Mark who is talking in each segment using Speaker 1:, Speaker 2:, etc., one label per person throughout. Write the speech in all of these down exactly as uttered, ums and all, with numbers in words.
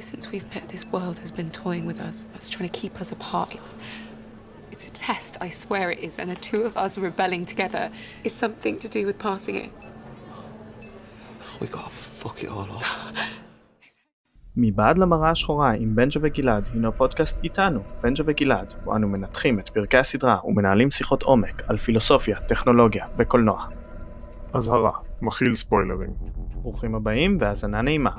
Speaker 1: Ever since we've met, this world has been toying with us. It's trying to keep us apart. It's, it's a test, I swear it is. And the two of us rebelling together is something to do with passing it.
Speaker 2: We gotta fuck it all off.
Speaker 3: מבעד למראה השחורה עם בנג'ה וגלעד הינו פודקאסט איתנו, בנג'ה וגלעד, בו אנו מנתחים את פרקי הסדרה ומנהלים שיחות עומק על פילוסופיה, טכנולוגיה וקולנוע.
Speaker 4: אזהרה, מכיל ספוילרים.
Speaker 3: ברוכים הבאים והאזנה נעימה.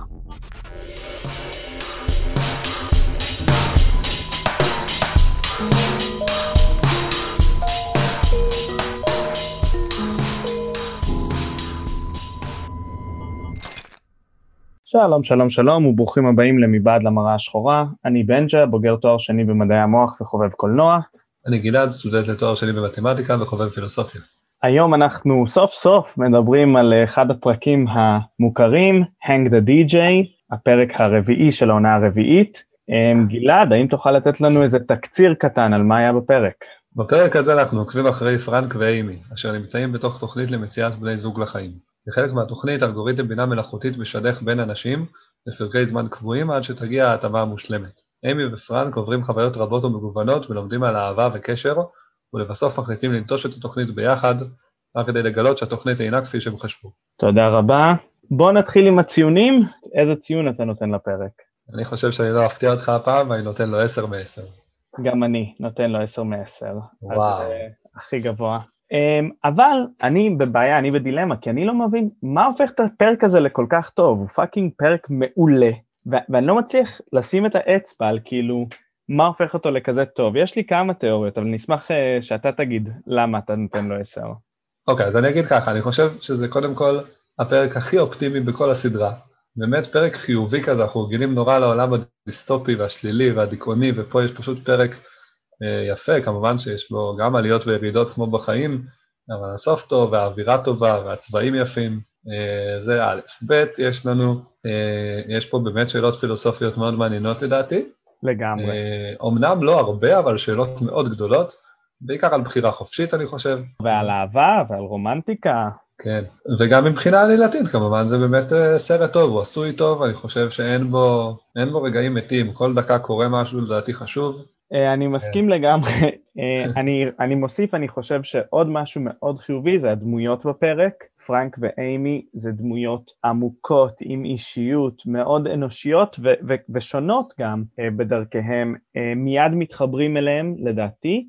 Speaker 3: שלום, שלום, שלום, וברוכים הבאים למבעד למראה השחורה. אני בנג'ה, בוגר תואר שני במדעי המוח וחובב קולנוע.
Speaker 2: אני גלעד, סטודנט לתואר שני במתמטיקה וחובב פילוסופיה.
Speaker 3: היום אנחנו סוף סוף מדברים על אחד הפרקים המוכרים, Hang the די ג'יי, הפרק הרביעי של העונה הרביעית. גלעד, האם תוכל לתת לנו איזה תקציר קטן על מה היה בפרק?
Speaker 2: בפרק הזה אנחנו עוקבים אחרי פרנק ואימי, אשר נמצאים בתוך תוכנית למציאת בני זוג לחיים. כחלק מהתוכנית, אלגוריתם בינה מלאכותית משדך בין אנשים לפרקי זמן קבועים עד שתגיע ההתאמה המושלמת. אימי ופרנק עוברים חוויות רבות ומגוונות ולומדים על אהבה וקשר, ולבסוף מחליטים לנטוש את התוכנית ביחד, רק כדי לגלות שהתוכנית אינה כפי שהם חשבו.
Speaker 3: תודה רבה. בוא נתחיל עם הציונים. איזה ציון אתה נותן לפרק?
Speaker 2: אני חושב שאני לא אפתיע אותך הפעם, ואני נותן לו עשר מעשר.
Speaker 3: גם אני נותן לו עשר מעשר.
Speaker 2: וואו.
Speaker 3: אז uh, הכי גבוה. Um, אבל אני בבעיה, אני בדילמה, כי אני לא מבין מה הופך את הפרק הזה לכל כך טוב. הוא פאקינג פרק מעולה, ו- ואני לא מצליח לשים את האצבע על כאילו מה הופך אותו לכזה טוב. יש לי כמה תיאוריות, אבל נשמח uh, שאתה תגיד למה אתה נותן לו עשר.
Speaker 2: אוקיי, אז אני אגיד ככה, אני חושב שזה קודם כל הפרק הכי אופטימי בכל הסדרה. באמת פרק חיובי כזה, אנחנו רגילים נורא לעולם הדיסטופי והשלילי והדיכאוני, ופה יש פשוט פרק יפה, כמובן שיש בו גם עליות וירידות כמו בחיים, אבל הסוף טוב והאווירה טובה והצבעים יפים, זה א', ב', יש לנו, יש פה באמת שאלות פילוסופיות מאוד מעניינות לדעתי.
Speaker 3: לגמרי.
Speaker 2: אומנם לא הרבה, אבל שאלות מאוד גדולות, בעיקר על בחירה חופשית אני חושב.
Speaker 3: ועל אהבה ועל רומנטיקה. כן,
Speaker 2: וגם מבחינה עלילתית כמובן, זה באמת סרט טוב, הוא עשוי טוב, אני חושב שאין בו, אין בו רגעים מתים, כל דקה קורה משהו לדעתי חשוב.
Speaker 3: אני מסכים לגמרי, אני, אני מוסיף, אני חושב שעוד משהו מאוד חיובי זה הדמויות בפרק, פרנק ואימי זה דמויות עמוקות עם אישיות מאוד אנושיות ו- ו- ושונות גם בדרכיהם, מיד מתחברים אליהם לדעתי,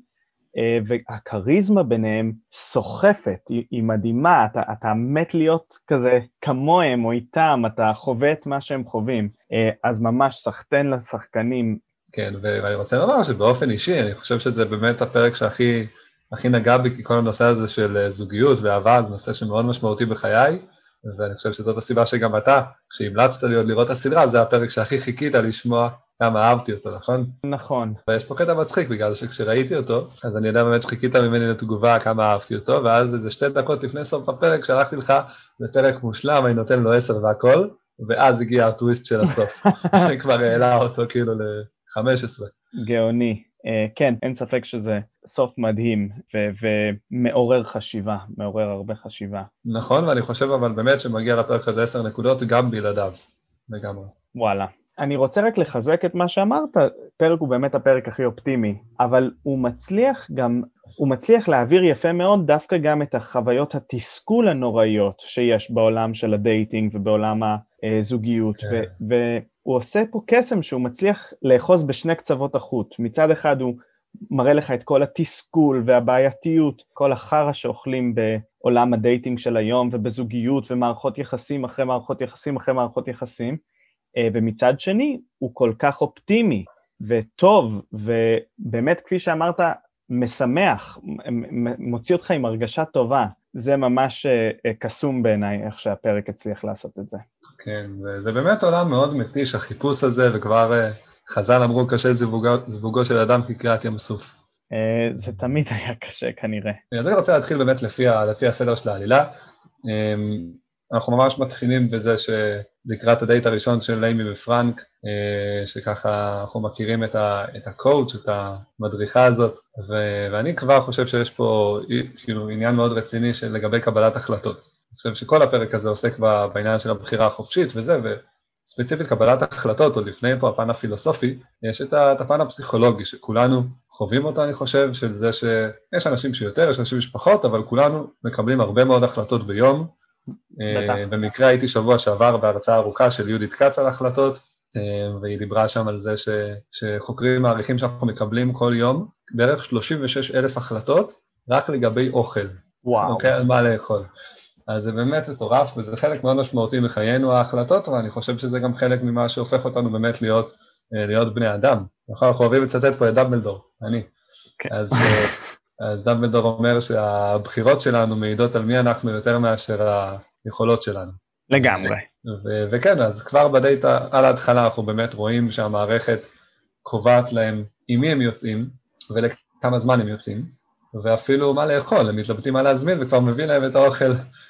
Speaker 3: והקריזמה ביניהם סוחפת, היא, היא מדהימה, אתה, אתה מת להיות כזה כמוהם או איתם, אתה חווה את מה שהם חווים, אז ממש סחטן לשחקנים,
Speaker 2: כן, ואני רוצה לומר שבאופן אישי, אני חושב שזה באמת הפרק שהכי הכי נגע בי, כי כל הנושא הזה של זוגיות ואהבה, זה נושא שמאוד משמעותי בחיי, ואני חושב שזאת הסיבה שגם אתה, כשהמלצת לי עוד לראות את הסדרה, זה הפרק שהכי חיכית לשמוע כמה אהבתי אותו, נכון?
Speaker 3: נכון.
Speaker 2: ויש פה קטע מצחיק, בגלל שכשראיתי אותו, אז אני יודע באמת שחיכית ממני לתגובה כמה אהבתי אותו, ואז איזה שתי דקות לפני סוף הפרק, שלחתי לך לפרק מושלם, אני נותן לו עשר והכל, ואז הגיע הטוויסט של הסוף, שכבר העלה אותו כאילו ל... חמש עשרה.
Speaker 3: גאוני. כן, אין ספק שזה סוף מדהים ו- ומעורר חשיבה, מעורר הרבה חשיבה.
Speaker 2: נכון, ואני חושב אבל באמת שמגיע לפרק הזה עשר נקודות גם בלעדיו, לגמרי.
Speaker 3: וואלה. אני רוצה רק לחזק את מה שאמרת, פרק הוא באמת הפרק הכי אופטימי, אבל הוא מצליח גם, הוא מצליח להעביר יפה מאוד דווקא גם את החוויות התסכול הנוראיות שיש בעולם של הדייטינג ובעולם הזוגיות, כן. ו- והוא עושה פה קסם שהוא מצליח לאחוז בשני קצוות החוט. מצד אחד הוא מראה לך את כל התסכול והבעייתיות, כל החרא שאוכלים בעולם הדייטינג של היום ובזוגיות ומערכות יחסים אחרי מערכות יחסים אחרי מערכות יחסים, ומצד שני הוא כל כך אופטימי וטוב, ובאמת כפי שאמרת משמח, מוציא אותך עם הרגשה טובה. זה ממש קסום בעיניי איך שהפרק הצליח לעשות את זה.
Speaker 2: כן, וזה באמת עולם מאוד מתיש החיפוש הזה, וכבר חז"ל אמרו קשה זיווגו, זיווגו של אדם כקריעת ים סוף.
Speaker 3: זה תמיד היה קשה כנראה.
Speaker 2: אז אני רוצה להתחיל באמת לפי, לפי הסדר של העלילה. אנחנו ממש מתחילים בזה שלקראת הדייט הראשון של אימי ופרנק, שככה אנחנו מכירים את, ה, את הקואוץ', את המדריכה הזאת, ו, ואני כבר חושב שיש פה כאילו עניין מאוד רציני של לגבי קבלת החלטות. אני חושב שכל הפרק הזה עוסק בעניין של הבחירה החופשית וזה, ספציפית קבלת החלטות, או לפני פה הפן הפילוסופי, יש את הפן הפסיכולוגי, שכולנו חווים אותו, אני חושב, של זה שיש אנשים שיותר, יש אנשים שפחות, אבל כולנו מקבלים הרבה מאוד החלטות ביום. בטח. במקרה הייתי שבוע שעבר בהרצאה ארוכה של יהודית קץ על החלטות, והיא דיברה שם על זה ש, שחוקרים מעריכים שאנחנו מקבלים כל יום, בערך שלושים ושש אלף החלטות, רק לגבי אוכל.
Speaker 3: וואו.
Speaker 2: אוקיי, על מה לאכול. אז זה באמת מטורף, וזה חלק מאוד משמעותי מחיינו ההחלטות, ואני חושב שזה גם חלק ממה שהופך אותנו באמת להיות, להיות בני אדם. נכון, אנחנו אוהבים לצטט פה את דמבלדור, אני. Okay. אז, אז דמבלדור אומר שהבחירות שלנו מעידות על מי אנחנו יותר מאשר היכולות שלנו.
Speaker 3: לגמרי.
Speaker 2: ו- וכן, אז כבר בדייט על ההתחלה אנחנו באמת רואים שהמערכת קובעת להם עם מי הם יוצאים, ולכמה זמן הם יוצאים, ואפילו מה לאכול, הם מתלבטים מה להזמין, וכבר מביא להם את האוכל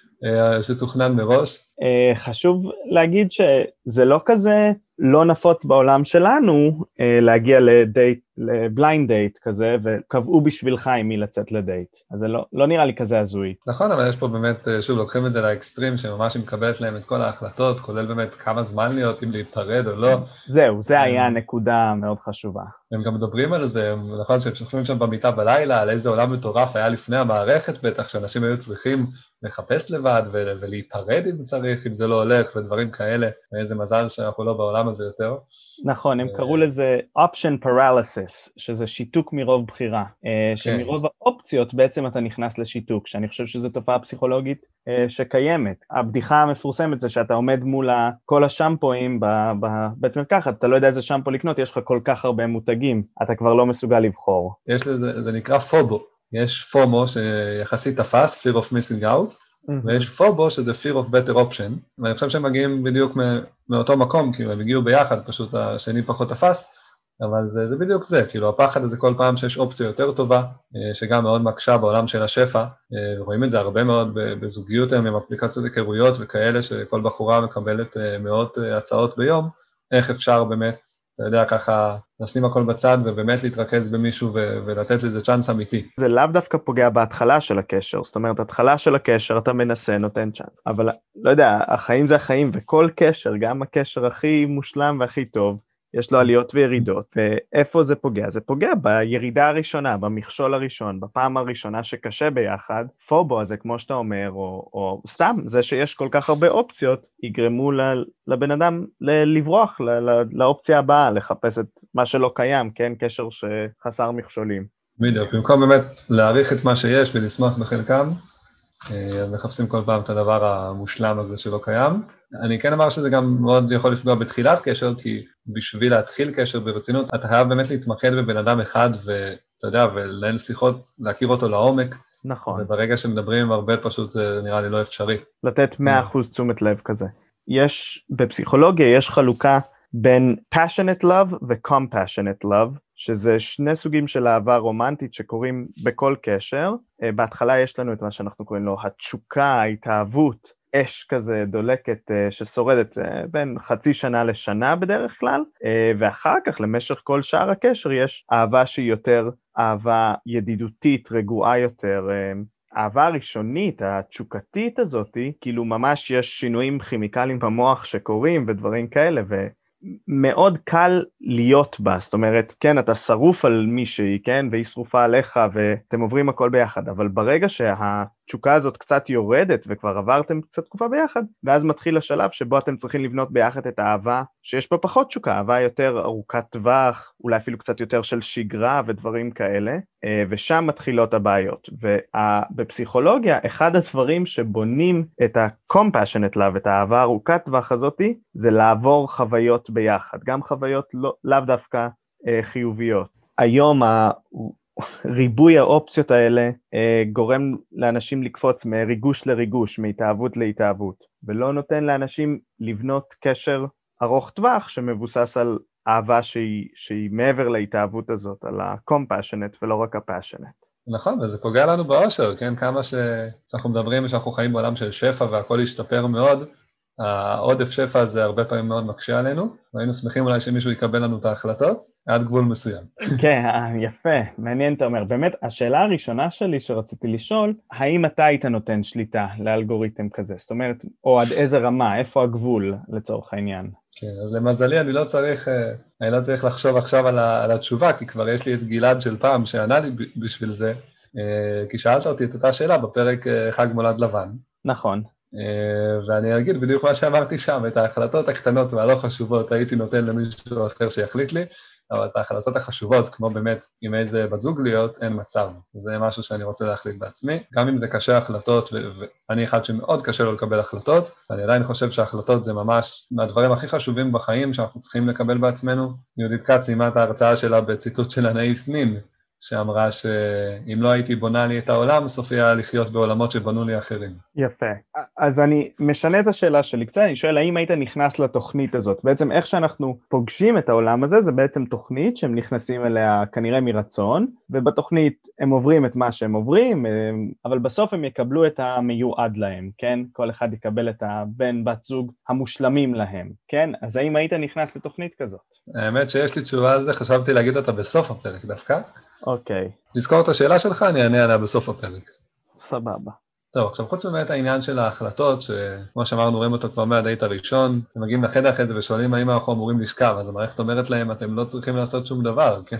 Speaker 2: שתוכנן מראש.
Speaker 3: חשוב להגיד שזה לא כזה לא נפוץ בעולם שלנו להגיע לדייט, לבליינד דייט כזה, וקבעו בשבילך עם מי לצאת לדייט. אז זה לא, לא נראה לי כזה הזוי.
Speaker 2: נכון, אבל יש פה באמת, שוב, לוקחים את זה לאקסטרים, שממש מקבלת להם את כל ההחלטות, כולל באמת כמה זמן להיות, אם להיפרד או לא.
Speaker 3: זהו, זה היה הנקודה מאוד חשובה. הם
Speaker 2: גם מדברים על זה, נכון, שהם שוכבים שם במיטה בלילה, על איזה עולם מטורף היה לפני המערכת, בטח שאנשים היו צריכים לחפש לבד ולהיפרד אם צריך, אם זה לא הולך, ודברים כאלה, איזה מזל שאנחנו לא בעולם הזה יותר.
Speaker 3: נכון, הם קראו לזה option paralysis, שזה שיתוק מרוב בחירה, שמרוב האופציות בעצם אתה נכנס לשיתוק, שאני חושב שזו תופעה פסיכולוגית שקיימת. הבדיחה המפורסמת זה שאתה עומד מול כל השמפואים בבית מרקחת, אתה לא יודע איזה שמפו לקנות, יש לך כל כך הרבה מותגים, אתה כבר לא מסוגל לבחור.
Speaker 2: יש לזה, זה נקרא פובו, יש פומו שיחסית תפס, fear of missing out, ויש פובו שזה fear of better option, ואני חושב שהם מגיעים בדיוק מאותו מקום, כאילו הם הגיעו ביחד, פשוט השני פחות תפס, אבל זה, זה בדיוק זה, כאילו הפחד הזה כל פעם שיש אופציה יותר טובה, שגם מאוד מקשה בעולם של השפע, ורואים את זה הרבה מאוד בזוגיות היום עם אפליקציות היכרויות וכאלה, שכל בחורה מקבלת מאות הצעות ביום, איך אפשר באמת, אתה יודע, ככה נשים הכל בצד ובאמת להתרכז במישהו ו- ולתת לזה צ'אנס אמיתי.
Speaker 3: זה לאו דווקא פוגע בהתחלה של הקשר, זאת אומרת, התחלה של הקשר אתה מנסה, נותן צ'אנס, אבל לא יודע, החיים זה החיים, וכל קשר, גם הקשר הכי מושלם והכי טוב, יש לו עליות וירידות, ואיפה זה פוגע? זה פוגע בירידה הראשונה, במכשול הראשון, בפעם הראשונה שקשה ביחד, פובו הזה, כמו שאתה אומר, או, או סתם, זה שיש כל כך הרבה אופציות, יגרמו לבן אדם לברוח לאופציה הבאה, לחפש את מה שלא קיים, כן? קשר שחסר מכשולים.
Speaker 2: בדיוק, במקום באמת להעריך את מה שיש ולשמח בחלקם, מחפשים כל פעם את הדבר המושלם הזה שלא קיים. אני כן אמר שזה גם מאוד יכול לפגוע בתחילת קשר, כי בשביל להתחיל קשר ברצינות, אתה חייב באמת להתמקד בבן אדם אחד, ואתה יודע, ולנהל שיחות, להכיר אותו לעומק.
Speaker 3: נכון.
Speaker 2: וברגע שמדברים הרבה פשוט זה נראה לי לא אפשרי.
Speaker 3: לתת מאה אחוז תשומת לב כזה. יש, בפסיכולוגיה יש חלוקה בין passionate love ו-compassionate love, שזה שני סוגים של אהבה רומנטית שקורים בכל קשר. בהתחלה יש לנו את מה שאנחנו קוראים לו התשוקה, ההתאהבות, אש כזה דולקת ששורדת בין חצי שנה לשנה בדרך כלל, ואחר כך למשך כל שאר הקשר יש אהבה שהיא יותר אהבה ידידותית, רגועה יותר. האהבה הראשונית, התשוקתית הזאת, כאילו ממש יש שינויים כימיקליים במוח שקורים ודברים כאלה, ו... מאוד קל להיות בה, זאת אומרת, כן, אתה שרוף על מישהי, כן, והיא שרופה עליך, ואתם עוברים הכל ביחד, אבל ברגע שהתשוקה הזאת קצת יורדת, וכבר עברתם קצת תקופה ביחד, ואז מתחיל השלב שבו אתם צריכים לבנות ביחד את האהבה, שיש פה פחות תשוקה, אהבה יותר ארוכת טווח, אולי אפילו קצת יותר של שגרה ודברים כאלה, ושם מתחילות הבעיות. ובפסיכולוגיה, אחד הדברים שבונים את ה-compassionate love, את האהבה ארוכת טווח הזאת, זה לעבור חוויות ביחד, גם חוויות לא, לאו דווקא אה, חיוביות. היום ריבוי האופציות האלה אה, גורם לאנשים לקפוץ מריגוש לריגוש, מהתאהבות להתאהבות, ולא נותן לאנשים לבנות קשר ארוך טווח שמבוסס על אהבה שהיא, שהיא מעבר להתאהבות הזאת, על ה-compassionate ולא רק ה-passionate.
Speaker 2: נכון, וזה פוגע לנו באושר, כן? כמה ש... שאנחנו מדברים שאנחנו חיים בעולם של שפע והכל ישתפר מאוד, העודף שפע הזה הרבה פעמים מאוד מקשה עלינו, והיינו שמחים אולי שמישהו יקבל לנו את ההחלטות, עד גבול מסוים.
Speaker 3: כן, יפה, מעניין אתה אומר. באמת, השאלה הראשונה שלי שרציתי לשאול, האם אתה היית נותן שליטה לאלגוריתם כזה? זאת אומרת, או עד איזה רמה, איפה הגבול לצורך העניין?
Speaker 2: כן, אז למזלי אני לא צריך, אני לא צריך לחשוב עכשיו על, ה, על התשובה, כי כבר יש לי את גלעד של פעם שענה לי בשביל זה, כי שאלת אותי את אותה שאלה בפרק חג מולד לבן.
Speaker 3: נכון.
Speaker 2: ואני אגיד בדיוק מה שאמרתי שם, את ההחלטות הקטנות והלא חשובות הייתי נותן למישהו אחר שיחליט לי, אבל את ההחלטות החשובות, כמו באמת עם איזה בת זוג להיות, אין מצב. זה משהו שאני רוצה להחליט בעצמי, גם אם זה קשה החלטות, ואני אחד שמאוד קשה לו לקבל החלטות, אני עדיין חושב שההחלטות זה ממש מהדברים הכי חשובים בחיים שאנחנו צריכים לקבל בעצמנו. יהודית כץ סיימה את ההרצאה שלה בציטוט של אנאיס נין, שאמרה שאם לא הייתי בונה לי את העולם, סופי היה לחיות בעולמות שבנו לי אחרים.
Speaker 3: יפה. אז אני משנה את השאלה שלי קצת, אני שואל, האם היית נכנס לתוכנית הזאת? בעצם איך שאנחנו פוגשים את העולם הזה, זה בעצם תוכנית שהם נכנסים אליה כנראה מרצון, ובתוכנית הם עוברים את מה שהם עוברים, אבל בסוף הם יקבלו את המיועד להם, כן? כל אחד יקבל את הבן בת זוג המושלמים להם, כן? אז האם היית נכנס לתוכנית כזאת?
Speaker 2: האמת שיש לי תשובה על זה, חשבתי להגיד אותה בסוף הפרק דווקא.
Speaker 3: אוקיי.
Speaker 2: לזכור את השאלה שלך, אני אענה עליה בסוף הפרק.
Speaker 3: סבבה.
Speaker 2: טוב, עכשיו חוץ באמת העניין של ההחלטות, שכמו שאמרנו, רואים אותו כבר מהדייט הראשון, הם מגיעים לחדר אחרי זה ושואלים האם אנחנו אמורים לשכב, אז המערכת אומרת להם, אתם לא צריכים לעשות שום דבר, כן?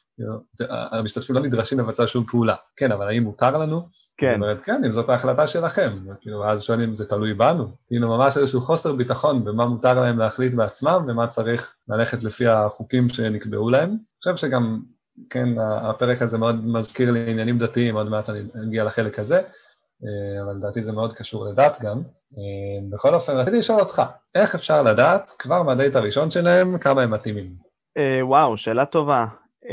Speaker 2: המשתתפים לא נדרשים לבצע שום פעולה. כן, אבל האם מותר לנו?
Speaker 3: כן.
Speaker 2: זאת אומרת, כן, אם זאת ההחלטה שלכם. אז שואלים, זה תלוי בנו? כאילו, ממש איזשהו חוסר ביטחון במה מותר להם להחליט בעצמם, ומה צריך ללכת לפי החוקים שנקבעו להם. אני חושב שגם, כן, הפרק הזה מאוד מזכיר לי עניינים דתיים, עוד מעט אני אגיע לחלק הזה, אבל לדעתי זה מאוד קשור לדת גם. בכל אופן, רציתי לשאול אותך, איך אפשר לדעת כבר מהדייט הראשון שלהם כמה הם מתאימים?
Speaker 3: וואו, שאלה טובה.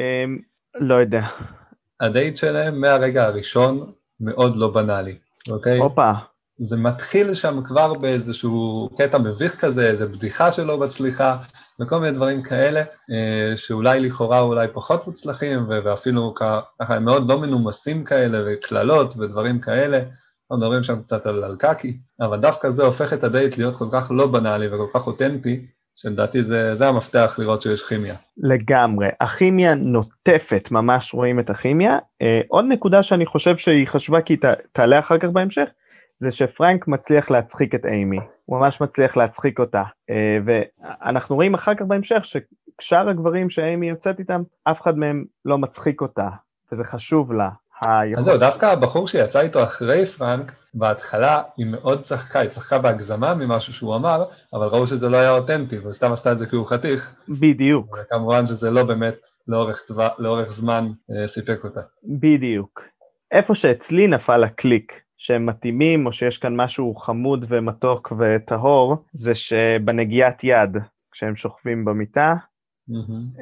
Speaker 3: לא יודע.
Speaker 2: הדייט שלהם מהרגע הראשון מאוד לא בנאלי, אוקיי?
Speaker 3: אופה.
Speaker 2: זה מתחיל שם כבר באיזשהו קטע מביך כזה, איזו בדיחה שלא מצליחה, וכל מיני דברים כאלה, שאולי לכאורה אולי פחות מוצלחים, ואפילו ככה הם מאוד לא מנומסים כאלה, וכללות ודברים כאלה, אנחנו מדברים שם קצת על, על קקי, אבל דווקא זה הופך את הדייט להיות כל כך לא בנאלי וכל כך אותנטי, שלדעתי זה, זה המפתח לראות שיש כימיה.
Speaker 3: לגמרי, הכימיה נוטפת, ממש רואים את הכימיה. אה, עוד נקודה שאני חושב שהיא חשובה כי ת, תעלה אחר כך בהמשך, זה שפרנק מצליח להצחיק את אימי, הוא ממש מצליח להצחיק אותה, אה, ואנחנו רואים אחר כך בהמשך שכשאר הגברים שאימי יוצאת איתם, אף אחד מהם לא מצחיק אותה, וזה חשוב לה.
Speaker 2: אז זהו, דווקא הבחור שיצא איתו אחרי פרנק, בהתחלה היא מאוד צחקה, היא צחקה בהגזמה ממשהו שהוא אמר, אבל ראו שזה לא היה אותנטי, וסתם עשתה את זה כי הוא חתיך.
Speaker 3: בדיוק.
Speaker 2: וכמובן שזה לא באמת לאורך, צבא, לאורך זמן אה, סיפק אותה.
Speaker 3: בדיוק. איפה שאצלי נפל הקליק, שהם מתאימים, או שיש כאן משהו חמוד ומתוק וטהור, זה שבנגיעת יד, כשהם שוכבים במיטה, mm-hmm.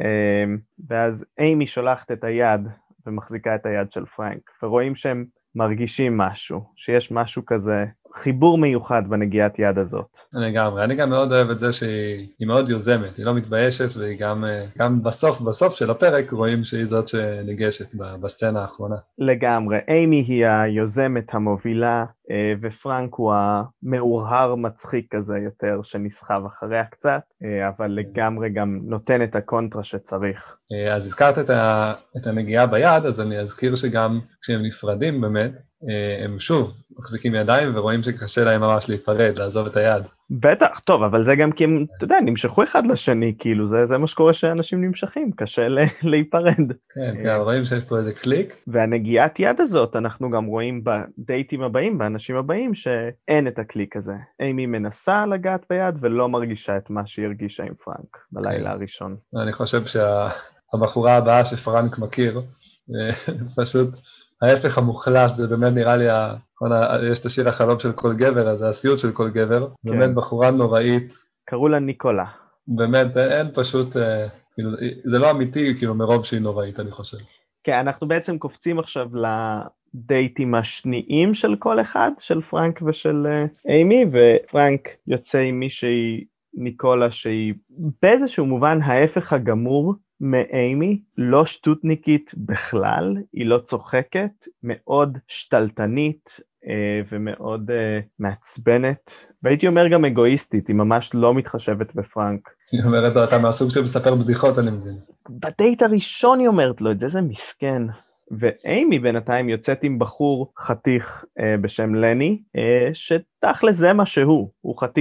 Speaker 3: ואז אימי שולחת את היד, ומחזיקה את היד של פרנק, ורואים שהם מרגישים משהו, שיש משהו כזה, חיבור מיוחד בנגיעת יד הזאת.
Speaker 2: לגמרי, אני גם מאוד אוהב את זה שהיא מאוד יוזמת, היא לא מתביישת, והיא גם, גם בסוף, בסוף של הפרק רואים שהיא זאת שניגשת בסצנה האחרונה.
Speaker 3: לגמרי, אימי היא היוזמת המובילה, ופרנק הוא המאורהר מצחיק כזה יותר, שנסחב אחריה קצת, אבל לגמרי גם נותן את הקונטרה שצריך.
Speaker 2: אז הזכרת את, ה, את הנגיעה ביד, אז אני אזכיר שגם כשהם נפרדים באמת, הם שוב מחזיקים ידיים ורואים שקשה להם ממש להיפרד, לעזוב את היד.
Speaker 3: בטח, טוב, אבל זה גם כי הם, אתה יודע, נמשכו אחד לשני, כאילו, זה, זה מה שקורה שאנשים נמשכים, קשה להיפרד.
Speaker 2: כן, כן, רואים שיש פה איזה קליק.
Speaker 3: והנגיעת יד הזאת, אנחנו גם רואים בדייטים הבאים, באנשים הבאים, שאין את הקליק הזה. אימי מנסה לגעת ביד ולא מרגישה את מה שהיא הרגישה עם פרנק בלילה הראשון.
Speaker 2: אני חושב שהבחורה הבאה שפרנק מכיר, פשוט ההפך המוחלט, זה באמת נראה לי, יש את השיר החלום של כל גבר, אז זה הסיוט של כל גבר, באמת בחורה נוראית.
Speaker 3: קראו לה ניקולה.
Speaker 2: באמת, אין פשוט, זה לא אמיתי, כאילו מרוב שהיא נוראית, אני חושב.
Speaker 3: כן, אנחנו בעצם קופצים עכשיו לדייטים השניים של כל אחד, של פרנק ושל אימי, ופרנק יוצא עם מישהי ניקולה, שהיא באיזשהו מובן ההפך הגמור, מאימי, לא שטוטניקית בכלל, היא לא צוחקת, מאוד שתלטנית אה, ומאוד אה, מעצבנת, והייתי אומר גם אגואיסטית, היא ממש לא מתחשבת בפרנק.
Speaker 2: היא אומרת לו, אתה מהסוג שמספר בדיחות, אני מבין.
Speaker 3: בדייט הראשון היא אומרת לו, את זה זה מסכן. ואימי בינתיים יוצאת עם בחור חתיך אה, בשם לני, אה, שתכל'ס זה מה שהוא, הוא חתיך.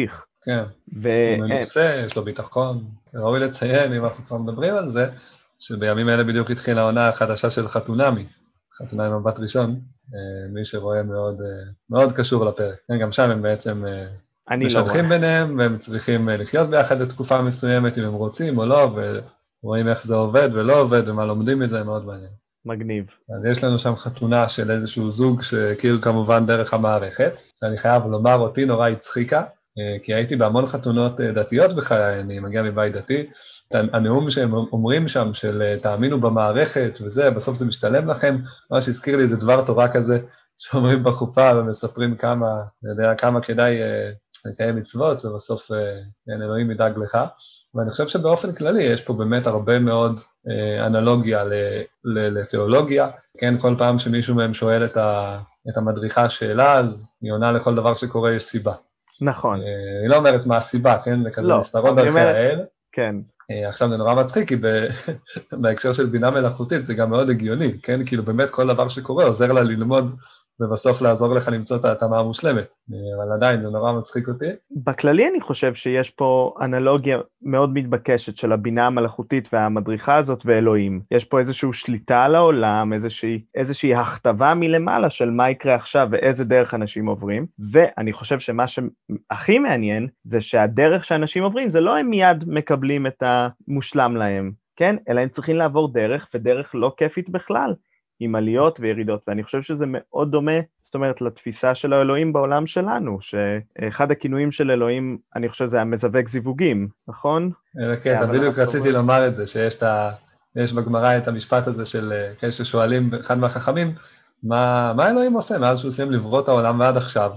Speaker 2: כן,
Speaker 3: ו...
Speaker 2: הוא מנוסה, יש לו ביטחון. ראוי לציין, אם אנחנו כבר מדברים על זה, שבימים אלה בדיוק התחילה העונה החדשה של חתונמי, חתונה עם מבט ראשון, מי שרואה מאוד, מאוד קשור לפרק. גם שם הם בעצם משלחים ביניהם, והם צריכים לחיות ביחד לתקופה מסוימת, אם הם רוצים או לא, ורואים איך זה עובד ולא עובד, ומה לומדים מזה, מאוד מעניין.
Speaker 3: מגניב.
Speaker 2: אז יש לנו שם חתונה של איזשהו זוג שהכיר כמובן דרך המערכת, שאני חייב לומר, אותי נורא הצחיקה, כי הייתי בהמון חתונות דתיות בחיי, אני מגיע מבית דתי, הנאום שהם אומרים שם של תאמינו במערכת וזה, בסוף זה משתלם לכם, מה שהזכיר לי איזה דבר תורה כזה, שאומרים בחופה ומספרים כמה, אני יודע, כמה כדאי לקיים מצוות, ובסוף אלוהים ידאג לך, ואני חושב שבאופן כללי יש פה באמת הרבה מאוד אנלוגיה לתיאולוגיה, כן, כל פעם שמישהו מהם שואל את המדריכה שאלה, אז היא עונה לכל דבר שקורה יש סיבה.
Speaker 3: נכון.
Speaker 2: היא לא אומרת מה הסיבה, כן? זה כזה נסתרות דרכי האל.
Speaker 3: כן.
Speaker 2: עכשיו זה נורא מצחיק, כי בהקשר של בינה מלאכותית זה גם מאוד הגיוני, כן? כאילו באמת כל דבר שקורה עוזר לה ללמוד, ובסוף לעזור לך למצוא את ההתאמה המושלמת. אבל עדיין זה נורא מצחיק אותי.
Speaker 3: בכללי אני חושב שיש פה אנלוגיה מאוד מתבקשת של הבינה המלאכותית והמדריכה הזאת ואלוהים. יש פה איזושהי שליטה על העולם, איזושהי, איזושהי הכתבה מלמעלה של מה יקרה עכשיו ואיזה דרך אנשים עוברים. ואני חושב שמה שהכי מעניין זה שהדרך שאנשים עוברים זה לא הם מיד מקבלים את המושלם להם, כן? אלא הם צריכים לעבור דרך, ודרך לא כיפית בכלל. עם עליות וירידות, ואני חושב שזה מאוד דומה, זאת אומרת, לתפיסה של האלוהים בעולם שלנו, שאחד הכינויים של אלוהים, אני חושב זה המזווג זיווגים, נכון?
Speaker 2: כן, בדיוק רציתי לומר את זה, שיש יש בגמרא את המשפט הזה של, ששואלים אחד מהחכמים, מה, מה אלוהים עושה מאז שהוא סיים לברוא את העולם ועד עכשיו,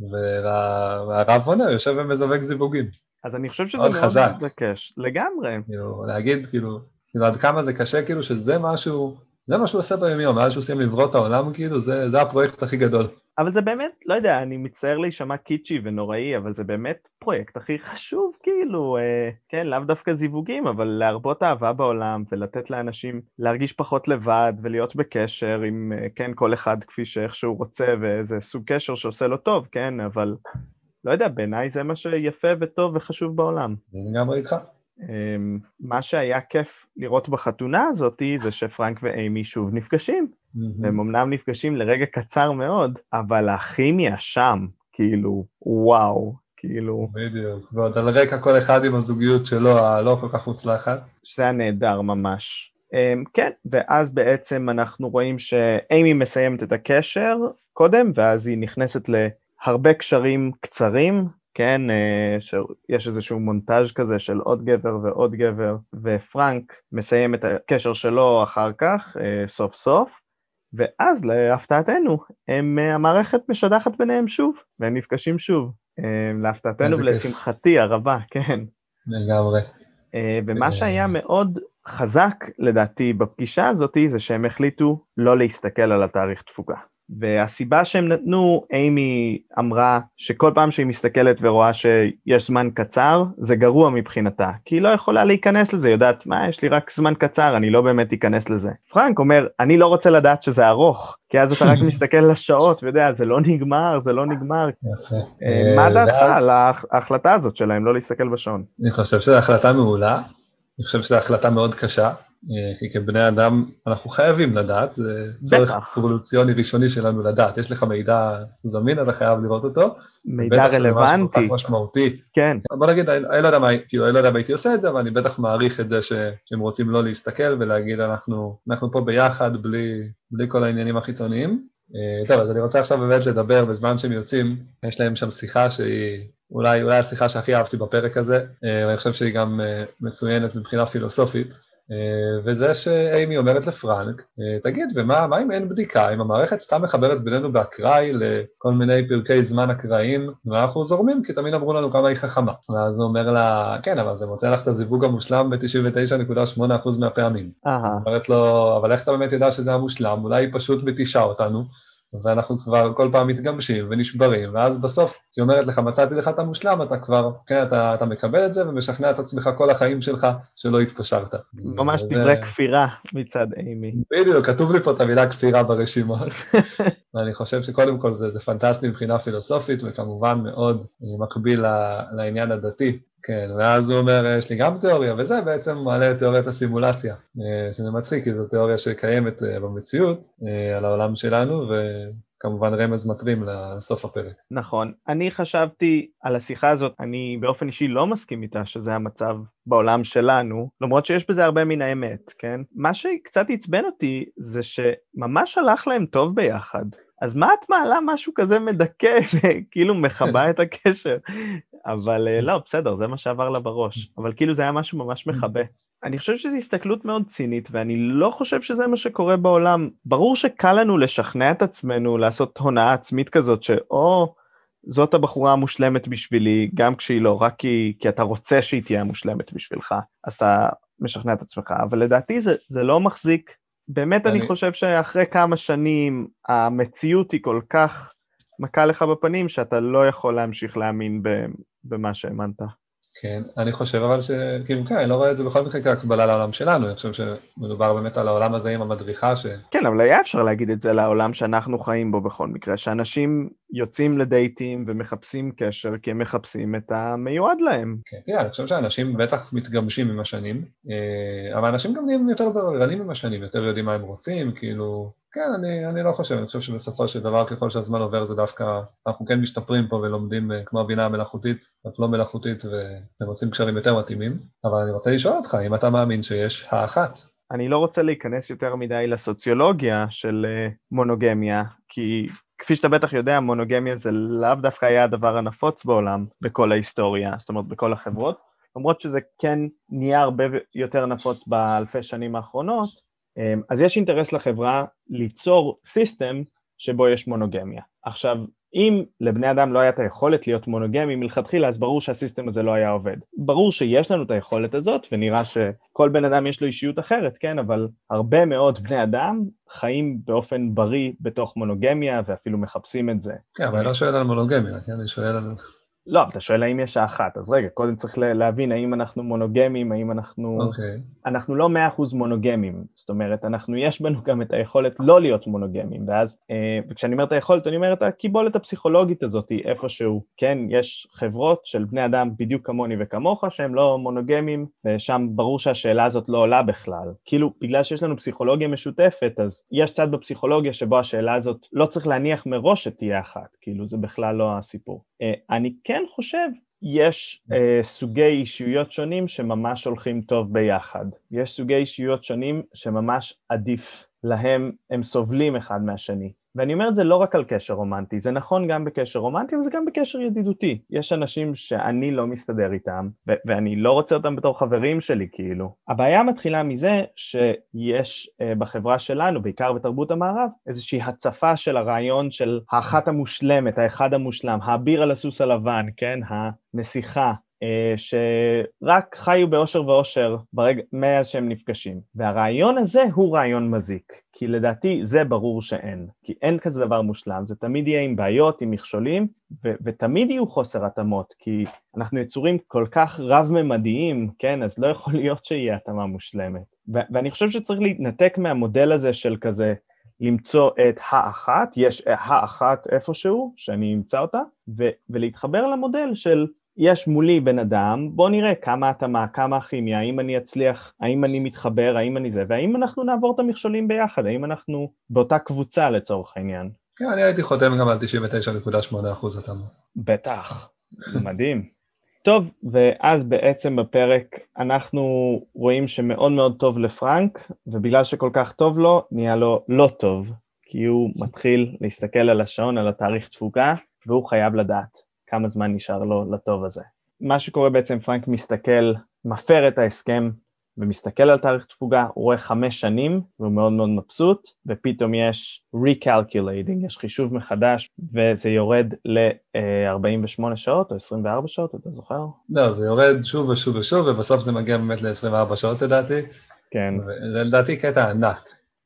Speaker 2: והרב עונה, יושב ומזווג זיווגים.
Speaker 3: אז אני חושב שזה מאוד חזק. מתבקש, לגמרי.
Speaker 2: כאילו, להגיד, כאילו, כאילו, עד כמה זה קשה, כאילו, שזה משהו, זה מה שהוא עושה ביום יום, מאז שהוא סיים לברוא את העולם, כאילו, זה, זה הפרויקט הכי גדול.
Speaker 3: אבל זה באמת, לא יודע, אני מצטער להישמע קיצ'י ונוראי, אבל זה באמת פרויקט הכי חשוב, כאילו, אה, כן, לאו דווקא זיווגים, אבל להרבות אהבה בעולם, ולתת לאנשים להרגיש פחות לבד, ולהיות בקשר עם, אה, כן, כל אחד כפי שאיך שהוא רוצה, ואיזה סוג קשר שעושה לו טוב, כן, אבל, לא יודע, בעיניי זה מה שיפה וטוב וחשוב בעולם.
Speaker 2: אני גם ראיתך.
Speaker 3: מה שהיה כיף לראות בחתונה הזאת זה שפרנק ואימי שוב נפגשים, והם אמנם נפגשים לרגע קצר מאוד, אבל הכימיה שם, כאילו, וואו, כאילו...
Speaker 2: בדיוק, ועוד על רקע כל אחד עם הזוגיות שלו, הלא כל כך מוצלחת.
Speaker 3: שזה נהדר ממש. כן, ואז בעצם אנחנו רואים שאימי מסיימת את הקשר קודם, ואז היא נכנסת להרבה קשרים קצרים, כן, שיש איזשהו מונטאז' כזה של עוד גבר ועוד גבר, ופרנק מסיים את הקשר שלו אחר כך, סוף סוף, ואז להפתעתנו, הם, המערכת משדחת ביניהם שוב, והם נפגשים שוב, להפתעתנו ולשמחתי הרבה, כן.
Speaker 2: לגמרי.
Speaker 3: ומה שהיה מאוד חזק לדעתי בפגישה הזאת, זה שהם החליטו לא להסתכל על התאריך תפוגה. והסיבה שהם נתנו, אימי אמרה שכל פעם שהיא מסתכלת ורואה שיש זמן קצר, זה גרוע מבחינתה, כי היא לא יכולה להיכנס לזה, יודעת, מה, יש לי רק זמן קצר, אני לא באמת אכנס לזה. פרנק אומר, אני לא רוצה לדעת שזה ארוך, כי אז אתה רק מסתכל לשעות, ויודע, זה לא נגמר, זה לא נגמר. מה דעתך על ההחלטה הזאת שלהם, לא להסתכל בשעון?
Speaker 2: אני חושב שזו החלטה מעולה, אני חושב שזו החלטה מאוד קשה, כי כבני אדם אנחנו חייבים לדעת, זה צורך אבולוציוני ראשוני שלנו לדעת, יש לך מידע זמין, אתה חייב לראות אותו,
Speaker 3: מידע רלוונטי,
Speaker 2: בטח שזה משהו משמעותי,
Speaker 3: כן.
Speaker 2: בוא נגיד, אני לא יודע מה, כאילו, אני לא יודע מה הייתי עושה את זה, אבל אני בטח מעריך את זה שהם רוצים לא להסתכל ולהגיד, אנחנו, אנחנו פה ביחד בלי, בלי כל העניינים החיצוניים. טוב, אז אני רוצה עכשיו באמת לדבר בזמן שהם יוצאים, יש להם שם שיחה שהיא אולי, אולי השיחה שהכי אהבתי בפרק הזה, ואני חושב שהיא גם מצוינת מבחינה פילוסופית, וזה שאימי אומרת לפרנק, תגיד, ומה מה אם אין בדיקה, אם המערכת סתם מחברת בינינו באקראי לכל מיני פרקי זמן אקראיים, ואנחנו זורמים, כי תמיד אמרו לנו כמה היא חכמה. ואז הוא אומר לה, כן, אבל זה מוצא לך את הזיווג המושלם ב-תשעים ותשע נקודה שמונה אחוז מהפעמים. אומרת לו, אבל איך אתה באמת יודע שזה המושלם? אולי היא פשוט בתישה אותנו, ואנחנו כבר כל פעם מתגמשים ונשברים, ואז בסוף, כשהיא אומרת לך, מצאתי לך את המושלם, אתה כבר, כן, אתה, אתה מקבל את זה, ומשכנע את עצמך כל החיים שלך, שלא התפשרת.
Speaker 3: ממש דברי כפירה מצד אימי.
Speaker 2: בדיוק, כתוב לי פה את המילה כפירה ברשימות. ואני חושב שקודם כל זה, זה פנטסטי מבחינה פילוסופית, וכמובן מאוד מקביל לעניין הדתי. כן, ואז הוא אומר, יש לי גם תיאוריה, וזה בעצם מעלה את תיאוריית הסימולציה, שזה מצחיק, כי זו תיאוריה שקיימת במציאות, על העולם שלנו, וכמובן רמז מטרים לסוף הפרק.
Speaker 3: נכון, אני חשבתי על השיחה הזאת, אני באופן אישי לא מסכים איתה שזה המצב בעולם שלנו, למרות שיש בזה הרבה מן האמת, כן? מה שקצת עצבן אותי זה שממש הלך להם טוב ביחד. אז מה את מעלה משהו כזה מדכא, כאילו מחבא את הקשר? אבל לא, בסדר, זה מה שעבר לה בראש. אבל כאילו זה היה משהו ממש מחבא. אני חושב שזו הסתכלות מאוד צינית, ואני לא חושב שזה מה שקורה בעולם. ברור שקל לנו לשכנע את עצמנו, לעשות הונאה עצמית כזאת, שאו זאת הבחורה המושלמת בשבילי, גם כשהיא לא, רק כי, כי אתה רוצה שהיא תהיה המושלמת בשבילך, אז אתה משכנע את עצמך. אבל לדעתי זה, זה לא מחזיק. באמת אני... אני חושב שאחרי כמה שנים המציאות היא כל כך מכה לך בפנים שאתה לא יכול להמשיך להאמין במה שהאמנת.
Speaker 2: כן, אני חושב אבל שכאילו כן, אני לא רואה את זה בכל מקרה כהקבלה לעולם שלנו, אני חושב שמדובר באמת על העולם הזה עם המדריכה ש...
Speaker 3: כן, אבל היה אפשר להגיד את זה לעולם שאנחנו חיים בו בכל מקרה, שאנשים יוצאים לדייטים ומחפשים קשר כי הם מחפשים את המיועד להם.
Speaker 2: כן, תראה, אני חושב שאנשים בטח מתגמשים עם השנים, אבל אנשים גם נהיים יותר בררנים עם השנים, יותר יודעים מה הם רוצים, כאילו... כן, אני, אני לא חושב, אני חושב שבסופו של דבר ככל שהזמן עובר זה דווקא, אנחנו כן משתפרים פה ולומדים כמו הבינה המלאכותית, רק לא מלאכותית ומוצאים קשרים יותר מתאימים, אבל אני רוצה לשאול אותך, אם אתה מאמין שיש האחת?
Speaker 3: אני לא רוצה להיכנס יותר מדי לסוציולוגיה של מונוגמיה, כי כפי שאתה בטח יודע, מונוגמיה זה לאו דווקא היה הדבר הנפוץ בעולם בכל ההיסטוריה, זאת אומרת בכל החברות, למרות שזה כן נהיה הרבה יותר נפוץ באלפי שנים האחרונות, אז יש אינטרס לחברה ליצור סיסטם שבו יש מונוגמיה. עכשיו, אם לבני אדם לא היה את היכולת להיות מונוגמי מלכתחילה, אז ברור שהסיסטם הזה לא היה עובד. ברור שיש לנו את היכולת הזאת, ונראה שכל בן אדם יש לו אישיות אחרת, כן? אבל הרבה מאוד בני אדם חיים באופן בריא בתוך מונוגמיה, ואפילו מחפשים את זה.
Speaker 2: כן, אבל אני לא שואל על מונוגמיה, כן? אני שואל על...
Speaker 3: לא, אתה שואל האם יש האחת, אז רגע, קודם צריך להבין האם אנחנו מונוגמים, האם אנחנו...
Speaker 2: אוקיי.
Speaker 3: אנחנו לא מאה אחוז מונוגמים, זאת אומרת, אנחנו, יש בנו גם את היכולת לא להיות מונוגמים, ואז, וכשאני אומר את היכולת, אני אומר את הקיבולת הפסיכולוגית הזאת, איפשהו, כן, יש חברות של בני אדם בדיוק כמוני וכמוך, שהם לא מונוגמים, ושם ברור שהשאלה הזאת לא עולה בכלל. כאילו, בגלל שיש לנו פסיכולוגיה משותפת, אז יש צד בפסיכולוגיה שבו השאלה הזאת לא צריך להניח מראש שתהיה אחת, כאילו, זה בכלל לא הסיפור. אני כן חושב, יש אה, סוגי אישיות שונים שממש הולכים טוב ביחד. יש סוגי אישיות שונים שממש עדיף להם, הם סובלים אחד מהשני. ואני אומר את זה לא רק על קשר רומנטי, זה נכון גם בקשר רומנטי, אבל זה גם בקשר ידידותי. יש אנשים שאני לא מסתדר איתם, ו- ואני לא רוצה אותם בתור חברים שלי, כאילו. הבעיה מתחילה מזה שיש uh, בחברה שלנו, בעיקר בתרבות המערב, איזושהי הצפה של הרעיון של האחת המושלמת, האחד המושלם, האביר על הסוס הלבן, כן? הנסיכה. שרק חיו באושר ואושר ברגע מאז שהם נפגשים. והרעיון הזה הוא רעיון מזיק, כי לדעתי זה ברור שאין, כי אין כזה דבר מושלם, זה תמיד יהיה עם בעיות, עם מכשולים, ו- ותמיד יהיו חוסר התאמות, כי אנחנו יצורים כל כך רב-ממדיים, כן, אז לא יכול להיות שיהיה התאמה מושלמת. ו- ואני חושב שצריך להתנתק מהמודל הזה של כזה, למצוא את האחת, יש האחת איפשהו, שאני אמצא אותה, ו- ולהתחבר למודל של יש מולי בן אדם, בוא נראה כמה התאמה, כמה הכימיה, האם אני אצליח, האם אני מתחבר, האם אני זה, והאם אנחנו נעבור את המכשולים ביחד, האם אנחנו באותה קבוצה לצורך העניין.
Speaker 2: כן, אני הייתי חותם גם על תשעים ותשע נקודה שמונה אחוז התאמה.
Speaker 3: בטח, מדהים. טוב, ואז בעצם בפרק אנחנו רואים שמאוד מאוד טוב לפרנק, ובגלל שכל כך טוב לו, נהיה לו לא טוב, כי הוא מתחיל להסתכל על השעון, על התאריך תפוגה, והוא חייב לדעת כמה זמן נשאר לו לטוב הזה. מה שקורה בעצם, פרנק מסתכל, מפר את ההסכם, ומסתכל על תאריך תפוגה, הוא רואה חמש שנים, והוא מאוד מאוד מבסוט, ופתאום יש recalculating, יש חישוב מחדש, וזה יורד ל-ארבעים ושמונה שעות, או עשרים וארבע שעות, אתה זוכר?
Speaker 2: לא, זה יורד שוב ושוב ושוב, ובסוף זה מגיע באמת ל-עשרים וארבע שעות לדעתי.
Speaker 3: כן.
Speaker 2: זה לדעתי קטע ענק.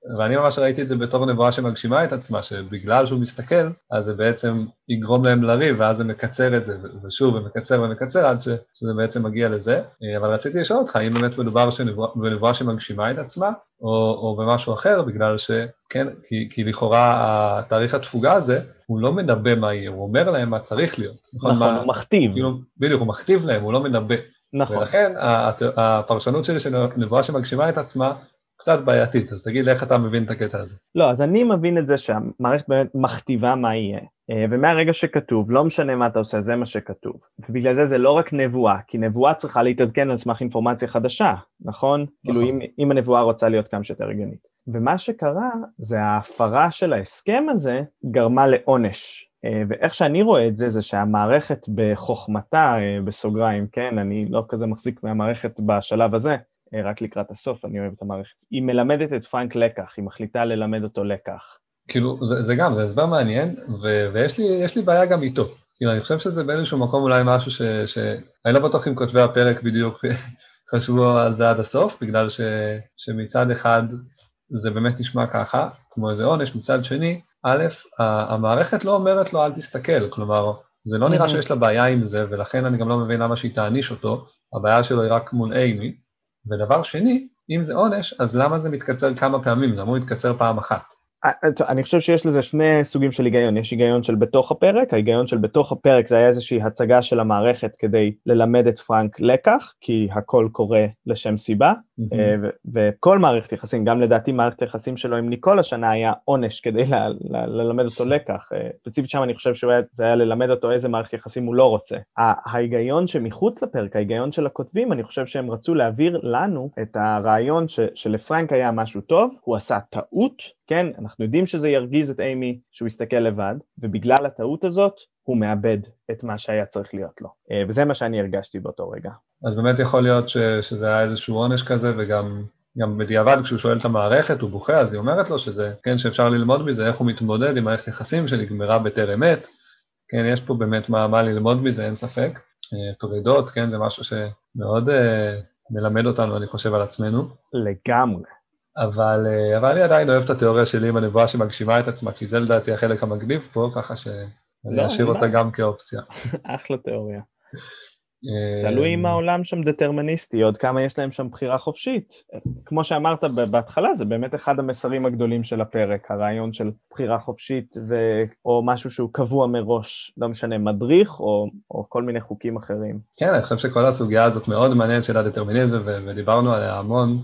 Speaker 2: ואני ממש ראיתי את זה בתור נבואה שמגשימה את עצמה, שבגלל שהוא מסתכל, אז זה בעצם יגרום להם לריב, ואז זה מקצר את זה, ושוב, ומקצר ומקצר, עד ש, שזה בעצם מגיע לזה. אבל רציתי לשאול אותך, האם באמת מדובר בנבואה שמגשימה את עצמה, או, או במשהו אחר, בגלל שכן, כי, כי לכאורה התאריך התפוגה הזה, הוא לא מנבא מה יהיה, הוא אומר להם מה צריך להיות.
Speaker 3: נכון, נכון
Speaker 2: מה,
Speaker 3: הוא מכתיב.
Speaker 2: כאילו, בדיוק, הוא מכתיב להם, הוא לא מנבא.
Speaker 3: נכון.
Speaker 2: ולכן, הפרשנות שלי של נבואה שמגשימה את עצמה, קצת בעייתית, אז תגיד לי איך אתה מבין את הקטע הזה.
Speaker 3: לא, אז אני מבין את זה שהמערכת באמת מכתיבה מה יהיה, ומהרגע שכתוב, לא משנה מה אתה עושה, זה מה שכתוב. ובגלל זה זה לא רק נבואה, כי נבואה צריכה להתעדכן על סמך אינפורמציה חדשה, נכון? נכון. כאילו אם, אם הנבואה רוצה להיות כמה שיותר הגיונית. ומה שקרה, זה ההפרה של ההסכם הזה גרמה לעונש. ואיך שאני רואה את זה, זה שהמערכת בחוכמתה, בסוגריים, כן, אני לא כזה מחזיק מהמערכת בשלב הזה, רק לקראת הסוף, אני אוהב את המערכת. היא מלמדת את פרנק לקח, היא מחליטה ללמד אותו לקח.
Speaker 2: כאילו, זה, זה גם, זה הסבר מעניין, ו- ויש לי, יש לי בעיה גם איתו. כאילו, אני חושב שזה באיזשהו מקום אולי משהו ש... ש... אני לא בטוח אם כותבי הפרק בדיוק חשבו על זה עד הסוף, בגלל ש... שמצד אחד זה באמת נשמע ככה, כמו איזה עונש, מצד שני, א', המערכת לא אומרת לו אל תסתכל, כלומר, זה לא נראה שיש לה בעיה עם זה, ולכן אני גם לא מבין למה שהיא תעניש אותו, הבעיה שלו היא רק מול אימי, ודבר שני, אם זה עונש, אז למה זה מתקצר כמה פעמים? זה אמור להתקצר פעם אחת.
Speaker 3: אני חושב שיש לזה שני סוגים של היגיון, יש היגיון של בתוך הפרק, ההיגיון של בתוך הפרק זה היה איזושהי הצגה של המערכת כדי ללמד את פרנק לקח, כי הכל קורה לשם סיבה, וכל מערכת יחסים, גם לדעתי מערכת יחסים שלו עם ניקול השנה היה עונש כדי ללמד אותו לקח, ספציפית שם אני חושב שזה היה ללמד אותו איזה מערכת יחסים הוא לא רוצה. ההיגיון שמחוץ לפרק, ההיגיון של הכותבים, אני חושב שהם רצו להעביר לנו את הרעיון שלפרנק היה משהו טוב, הוא עשה טעות, כן, אנחנו יודעים שזה ירגיז את אימי שהוא יסתכל לבד, ובגלל הטעות הזאת הוא מאבד את מה שהיה צריך להיות לו. וזה מה שאני הרגשתי באותו רגע.
Speaker 2: אז באמת יכול להיות ש, שזה היה איזשהו עונש כזה, וגם גם בדיעבד כשהוא שואל את המערכת, הוא בוכה, אז היא אומרת לו שזה, כן, שאפשר ללמוד מזה, איך הוא מתמודד עם מערכת יחסים שנגמרה בטרם עת. כן, יש פה באמת מה, מה ללמוד מזה, אין ספק. פרידות, כן, זה משהו שמאוד אה, מלמד אותנו, אני חושב, על עצמנו.
Speaker 3: לגמרי.
Speaker 2: אבל, אבל אני עדיין אוהב את התיאוריה שלי עם הנבואה שמגשימה את עצמה, כי זה לדעתי החלק המגניב פה, ככה שאני אשאיר אותה גם כאופציה.
Speaker 3: אחלה תיאוריה. תלוי אם העולם שם דטרמיניסטי, עוד כמה יש להם שם בחירה חופשית. כמו שאמרת בהתחלה, זה באמת אחד המסרים הגדולים של הפרק, הרעיון של בחירה חופשית, ו... או משהו שהוא קבוע מראש, לא משנה, מדריך או, או כל מיני חוקים אחרים.
Speaker 2: כן, אני חושב שכל הסוגיה הזאת מאוד מעניינת של הדטרמיניזם, ו... ודיברנו עליה המון,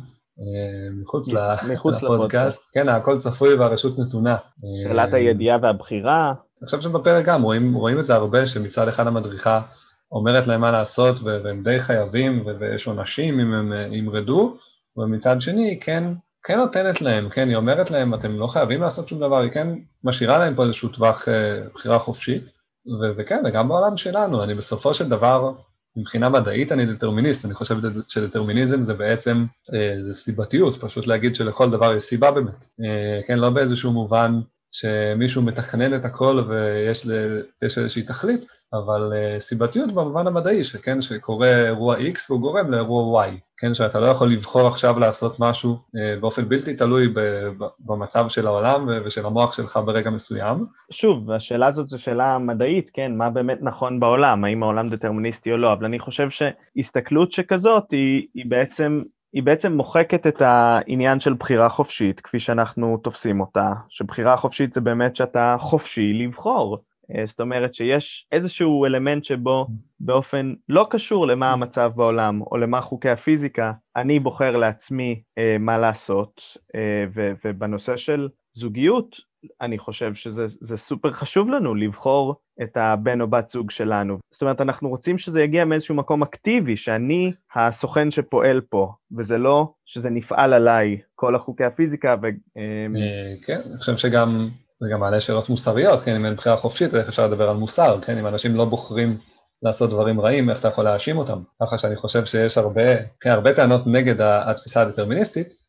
Speaker 2: מחוץ לפודקאסט, כן, הכל צפוי והרשות נתונה.
Speaker 3: שאלת הידיעה והבחירה.
Speaker 2: אני חושב שבפרק גם רואים, רואים את זה הרבה, שמצד אחד המדריכה אומרת להם מה לעשות, והם די חייבים, ויש עונשים אם הם ימרדו, ומצד שני, כן, כן נותנת להם, כן, היא אומרת להם, אתם לא חייבים לעשות שום דבר, היא כן משאירה להם פה איזשהו טווח בחירה חופשית, וכן, וגם בעולם שלנו, אני בסופו של דבר, מבחינה מדעית אני דטרמיניסט, אני חושב שדטרמיניזם זה בעצם, זה סיבתיות, פשוט להגיד שלכל דבר יש סיבה באמת. כן, לא באיזשהו מובן שמישהו מתכנן את הכל ויש איזושהי תכלית, אבל סיבתיות במובן המדעי, שכן, שקורה אירוע X והוא גורם לאירוע Y, כן, שאתה לא יכול לבחור עכשיו לעשות משהו באופן בלתי תלוי במצב של העולם ושל המוח שלך ברגע מסוים.
Speaker 3: שוב, השאלה הזאת זו שאלה מדעית, כן, מה באמת נכון בעולם, האם העולם דטרמיניסטי או לא, אבל אני חושב שהסתכלות שכזאת היא, היא בעצם... היא בעצם מוחקת את העניין של בחירה חופשית, כפי שאנחנו תופסים אותה, שבחירה חופשית זה באמת שאתה חופשי לבחור. זאת אומרת שיש איזשהו אלמנט שבו באופן לא קשור למה המצב בעולם, או למה חוקי הפיזיקה, אני בוחר לעצמי אה, מה לעשות, אה, ו, ובנושא של זוגיות, אני חושב שזה זה סופר חשוב לנו לבחור את הבן או בת זוג שלנו. זאת אומרת, אנחנו רוצים שזה יגיע מאיזשהו מקום אקטיבי, שאני הסוכן שפועל פה, וזה לא שזה נפעל עליי, כל החוקי הפיזיקה. ו...
Speaker 2: כן, אני חושב שגם, זה גם מעלה שאלות מוסריות, כן, אם אין בחירה חופשית, איך אפשר לדבר על מוסר, כן, אם אנשים לא בוחרים לעשות דברים רעים, איך אתה יכול להאשים אותם? ככה שאני חושב שיש הרבה, כן, הרבה טענות נגד התפיסה הדטרמיניסטית,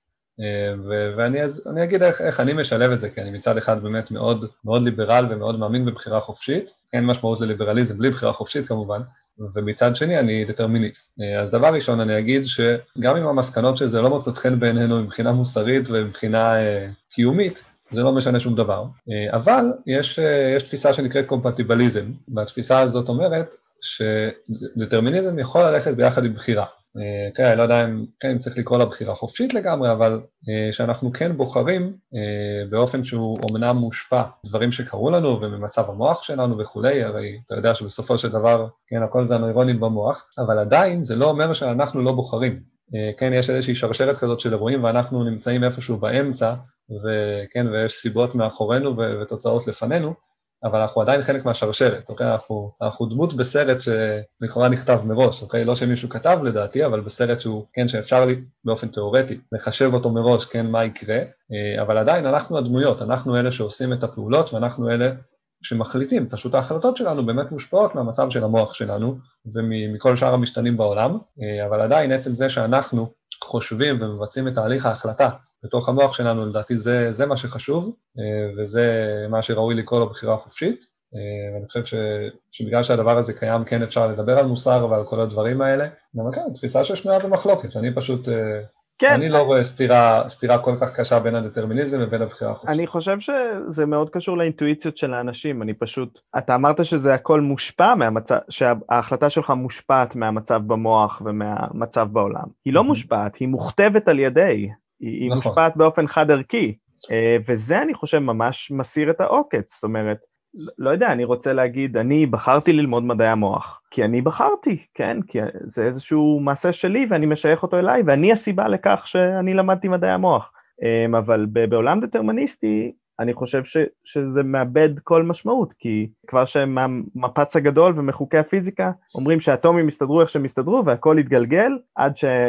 Speaker 2: ואני אז, אני אגיד איך, איך אני משלב את זה, כי אני מצד אחד באמת מאוד, מאוד ליברל ומאוד מאמין בבחירה חופשית, אין משמעות לליברליזם בלי בחירה חופשית כמובן, ומצד שני אני דטרמיניסט. אז דבר ראשון אני אגיד שגם אם המסקנות שזה לא מוצאות חן בעינינו מבחינה מוסרית ומבחינה אה, קיומית, זה לא משנה שום דבר. אה, אבל יש, אה, יש תפיסה שנקראת קומפטיבליזם, והתפיסה הזאת אומרת שדטרמיניזם יכול ללכת ביחד עם בחירה. כן, אני לא יודע אם, כן, אם צריך לקרוא לה בחירה חופשית לגמרי, אבל שאנחנו כן בוחרים באופן שהוא אומנם מושפע דברים שקרו לנו וממצב המוח שלנו וכולי, הרי אתה יודע שבסופו של דבר, כן, הכל זה הנוירונים במוח, אבל עדיין זה לא אומר שאנחנו לא בוחרים. כן, יש איזושהי שרשרת כזאת של אירועים ואנחנו נמצאים איפשהו באמצע, וכן, ויש סיבות מאחורינו ותוצאות לפנינו, אבל אנחנו עדיין חלק מהשרשרת, אוקיי? אנחנו, אנחנו דמות בסרט שלכאורה נכתב מראש, אוקיי? לא שמישהו כתב לדעתי, אבל בסרט שהוא, כן, שאפשר לי באופן תיאורטי לחשב אותו מראש, כן, מה יקרה, אבל עדיין אנחנו הדמויות, אנחנו אלה שעושים את הפעולות, ואנחנו אלה שמחליטים, פשוט ההחלטות שלנו באמת מושפעות מהמצב של המוח שלנו, ומכל שאר המשתנים בעולם, אבל עדיין עצם זה שאנחנו חושבים ומבצעים את תהליך ההחלטה, בתוך המוח שלנו, לדעתי זה, זה מה שחשוב, וזה מה שראוי לקרוא לו בחירה חופשית, ואני חושב ש, שבגלל שהדבר הזה קיים, כן אפשר לדבר על מוסר ועל כל הדברים האלה, אבל כן, תפיסה ששנויה במחלוקת, אני פשוט, כן, אני לא רואה סתירה, סתירה כל כך קשה בין הדטרמיניזם לבין הבחירה החופשית.
Speaker 3: אני חושב שזה מאוד קשור לאינטואיציות של האנשים, אני פשוט, אתה אמרת שזה הכל מושפע מהמצב, שההחלטה שלך מושפעת מהמצב במוח ומהמצב בעולם, היא לא מושפעת, היא מוכתבת על ידי, היא נכון. מושפעת באופן חד ערכי, וזה אני חושב ממש מסיר את העוקץ, זאת אומרת, לא יודע, אני רוצה להגיד, אני בחרתי ללמוד מדעי המוח, כי אני בחרתי, כן, כי זה איזשהו מעשה שלי ואני משייך אותו אליי, ואני הסיבה לכך שאני למדתי מדעי המוח, אבל בעולם דטרמיניסטי, אני חושב ש, שזה מאבד כל משמעות, כי כבר שהמפץ הגדול ומחוקי הפיזיקה אומרים שהאטומים יסתדרו איך שהם יסתדרו, והכל יתגלגל עד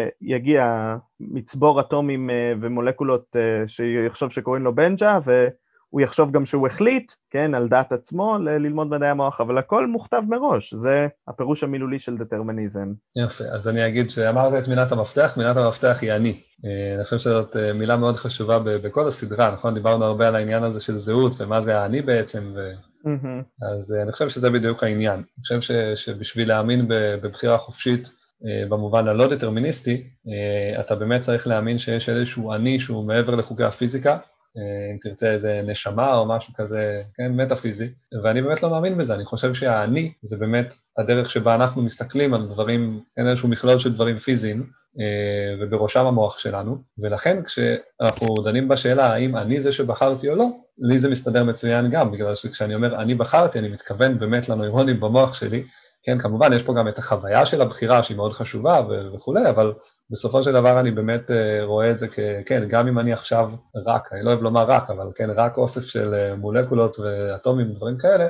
Speaker 3: שיגיע מצבור אטומים ומולקולות שיחשוב שקוראים לו בנג'ה, והוא יחשוב גם שהוא החליט, כן, על דעת עצמו ללמוד מדעי המוח, אבל הכל מוכתב מראש, זה הפירוש המילולי של דטרמיניזם.
Speaker 2: יפה, אז אני אגיד שאמרת את מילת המפתח, מילת המפתח היא אני. אני חושב שזאת מילה מאוד חשובה בכל הסדרה, נכון? דיברנו הרבה על העניין הזה של זהות, ומה זה האני בעצם, ו... mm-hmm. אז אני חושב שזה בדיוק העניין. אני חושב ש... שבשביל להאמין בבחירה חופשית, במובן הלא דטרמיניסטי, אתה באמת צריך להאמין שיש איזשהו אני שהוא מעבר לחוקי הפיזיקה, אם תרצה איזה נשמה או משהו כזה, כן, מטאפיזי, ואני באמת לא מאמין בזה, אני חושב שהאני זה באמת הדרך שבה אנחנו מסתכלים על דברים, אין איזשהו מכלול של דברים פיזיים, ובראשם המוח שלנו, ולכן כשאנחנו דנים בשאלה האם אני זה שבחרתי או לא, לי זה מסתדר מצוין גם, בגלל שכשאני אומר אני בחרתי, אני מתכוון באמת לנוירונים במוח שלי, כן, כמובן יש פה גם את החוויה של הבחירה שהיא מאוד חשובה וכולי, אבל בסופו של דבר אני באמת רואה את זה כ... כן, גם אם אני עכשיו רק, אני לא אוהב לומר רק, אבל כן, רק אוסף של מולקולות ואטומים ודברים כאלה,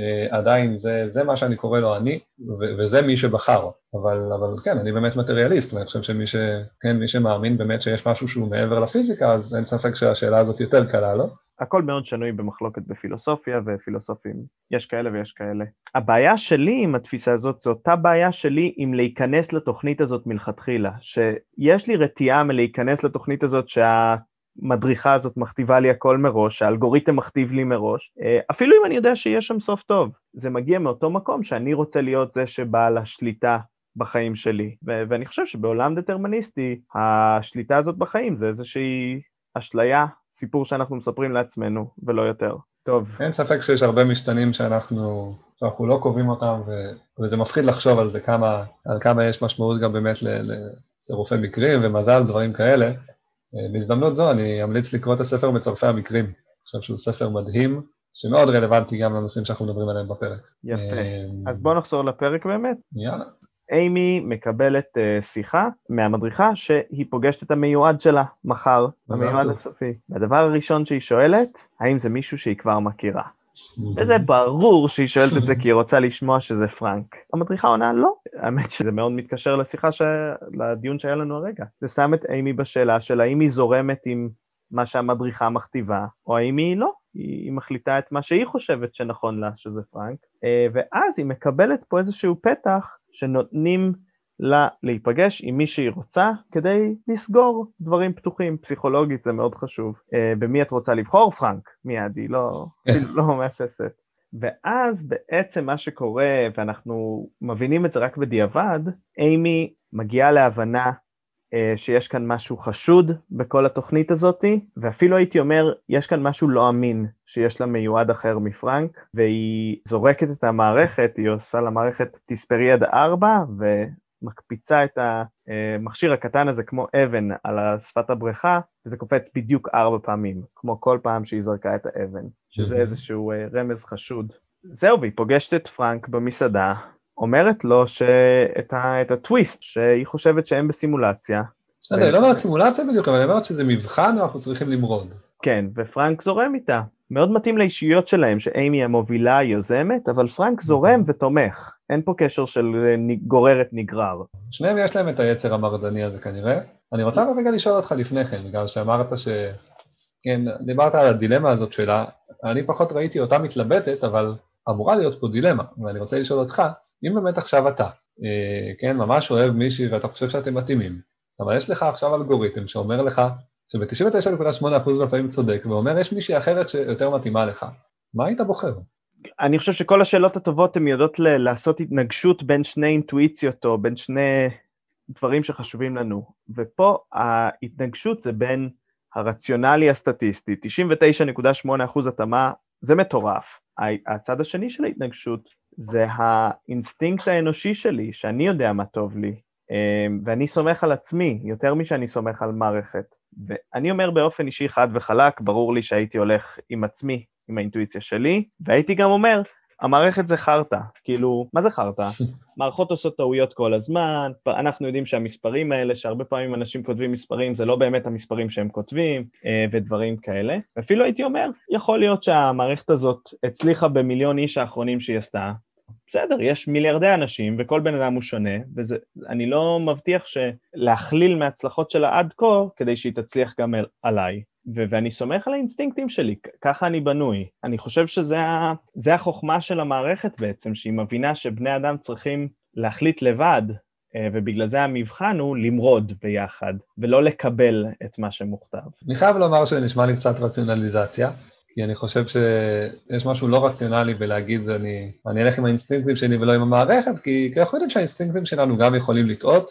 Speaker 2: עדיין זה, זה מה שאני קורא לו אני, ו- וזה מי שבחר. אבל, אבל כן, אני באמת מטריאליסט, ואני חושב שמי ש... כן, מי שמאמין באמת שיש משהו שהוא מעבר לפיזיקה, אז אין ספק שהשאלה הזאת יותר קלה, לא?
Speaker 3: הכל מאוד שנוי במחלוקת בפילוסופיה, ופילוסופים יש כאלה ויש כאלה. הבעיה שלי עם התפיסה הזאת, זו אותה בעיה שלי עם להיכנס לתוכנית הזאת מלכתחילה, שיש לי רתיעה מלהיכנס לתוכנית הזאת שהמדריכה הזאת מכתיבה לי הכל מראש, האלגוריתם מכתיב לי מראש, אפילו אם אני יודע שיש שם סוף טוב, זה מגיע מאותו מקום שאני רוצה להיות זה שבעל השליטה בחיים שלי, ו- ואני חושב שבעולם דטרמיניסטי, השליטה הזאת בחיים זה איזושהי אשליה, סיפור שאנחנו מספרים לעצמנו, ולא יותר. טוב.
Speaker 2: אין ספק שיש הרבה משתנים שאנחנו, שאנחנו לא קובעים אותם, ו... וזה מפחיד לחשוב על זה, כמה, על כמה יש משמעות גם באמת לצירופי מקרים ומזל, דברים כאלה. בהזדמנות זו אני אמליץ לקרוא את הספר מצרפי המקרים. אני חושב שהוא ספר מדהים, שמאוד רלוונטי גם לנושאים שאנחנו מדברים עליהם בפרק.
Speaker 3: יפה. אז בואו נחזור לפרק באמת.
Speaker 2: יאללה.
Speaker 3: אימי מקבלת uh, שיחה מהמדריכה שהיא פוגשת את המיועד שלה מחר, המיועד הסופי. והדבר הראשון שהיא שואלת, האם זה מישהו שהיא כבר מכירה? וזה ברור שהיא שואלת את זה כי היא רוצה לשמוע שזה פרנק. המדריכה עונה לא. האמת שזה מאוד מתקשר לשיחה, ש... לדיון שהיה לנו הרגע. זה שם את אימי בשאלה של האם היא זורמת עם מה שהמדריכה מכתיבה, או האם היא לא. היא מחליטה את מה שהיא חושבת שנכון לה, שזה פרנק. ואז היא מקבלת פה איזשהו פתח, שנותנים לה להיפגש עם מי שהיא רוצה, כדי לסגור דברים פתוחים. פסיכולוגית זה מאוד חשוב. במי את רוצה לבחור? פרנק. מיד, היא לא, לא מהססת. ואז בעצם מה שקורה, ואנחנו מבינים את זה רק בדיעבד, אימי מגיעה להבנה שיש כאן משהו חשוד בכל התוכנית הזאת, ואפילו הייתי אומר, יש כאן משהו לא אמין שיש לה מיועד אחר מפרנק, והיא זורקת את המערכת, היא עושה למערכת תספרי עד ארבע, ומקפיצה את המכשיר הקטן הזה כמו אבן על שפת הבריכה, וזה קופץ בדיוק ארבע פעמים, כמו כל פעם שהיא זרקה את האבן, שזה איזשהו רמז חשוד. זהו, והיא פוגשת את פרנק במסעדה, אומרת לו שאת ה, את הטוויסט, שהיא חושבת שהם בסימולציה.
Speaker 2: היא לא אומרת סימולציה בדיוק, אבל היא אומרת שזה מבחן ואנחנו צריכים למרוד.
Speaker 3: כן, ופרנק זורם איתה. מאוד מתאים לאישיות שלהם, שאימי המובילה היוזמת, אבל פרנק זורם ותומך. אין פה קשר של גוררת נגרר.
Speaker 2: שניהם יש להם את היצר המרדני הזה כנראה. אני רוצה רגע לשאול אותך לפני כן, בגלל שאמרת ש... כן, דיברת על הדילמה הזאת שלה, אני פחות ראיתי אותה מתלבטת, אבל אמורה להיות פה דילמה, ואני רוצה לשאול אותך, אם באמת עכשיו אתה, כן, ממש אוהב מישהי ואתה חושב שאתם מתאימים, אבל יש לך עכשיו אלגוריתם שאומר לך, שב-תשעים ותשע נקודה שמונה אחוז מהפעמים צודק, ואומר יש מישהי אחרת שיותר מתאימה לך, מה היית בוחר?
Speaker 3: אני חושב שכל השאלות הטובות הן יודעות ל- לעשות התנגשות בין שני אינטואיציות, או בין שני דברים שחשובים לנו, ופה ההתנגשות זה בין הרציונלי הסטטיסטי, תשעים ותשע נקודה שמונה אחוז התאמה, זה מטורף. הצד השני של ההתנגשות זה האינסטינקט האנושי שלי, שאני יודע מה טוב לי, ואני סומך על עצמי, יותר משאני סומך על מערכת. ואני אומר באופן אישי חד וחלק, ברור לי שהייתי הולך עם עצמי, עם האינטואיציה שלי, והייתי גם אומר, המערכת זה חרטה, כאילו, מה זה חרטה? מערכות עושות טעויות כל הזמן, אנחנו יודעים שהמספרים האלה, שהרבה פעמים אנשים כותבים מספרים, זה לא באמת המספרים שהם כותבים, ודברים כאלה. ואפילו הייתי אומר, יכול להיות שהמערכת הזאת הצליחה במיליון איש האחרונים שהיא עשתה, בסדר, יש מיליארדי אנשים, וכל בן אדם הוא שונה, ואני לא מבטיח שלהכליל מההצלחות שלה עד כה, כדי שהיא תצליח גם עליי. ו- ואני סומך על האינסטינקטים שלי, ככה אני בנוי. אני חושב שזה ה- זה החוכמה של המערכת בעצם, שהיא מבינה שבני אדם צריכים להחליט לבד, ובגלל זה המבחן הוא למרוד ביחד, ולא לקבל את מה שמוכתב.
Speaker 2: אני חייב לומר שנשמע לי קצת רציונליזציה, כי אני חושב שיש משהו לא רציונלי בלהגיד, אני, אני אלך עם האינסטינקטים שלי ולא עם המערכת, כי אנחנו יודעים שהאינסטינקטים שלנו גם יכולים לטעות,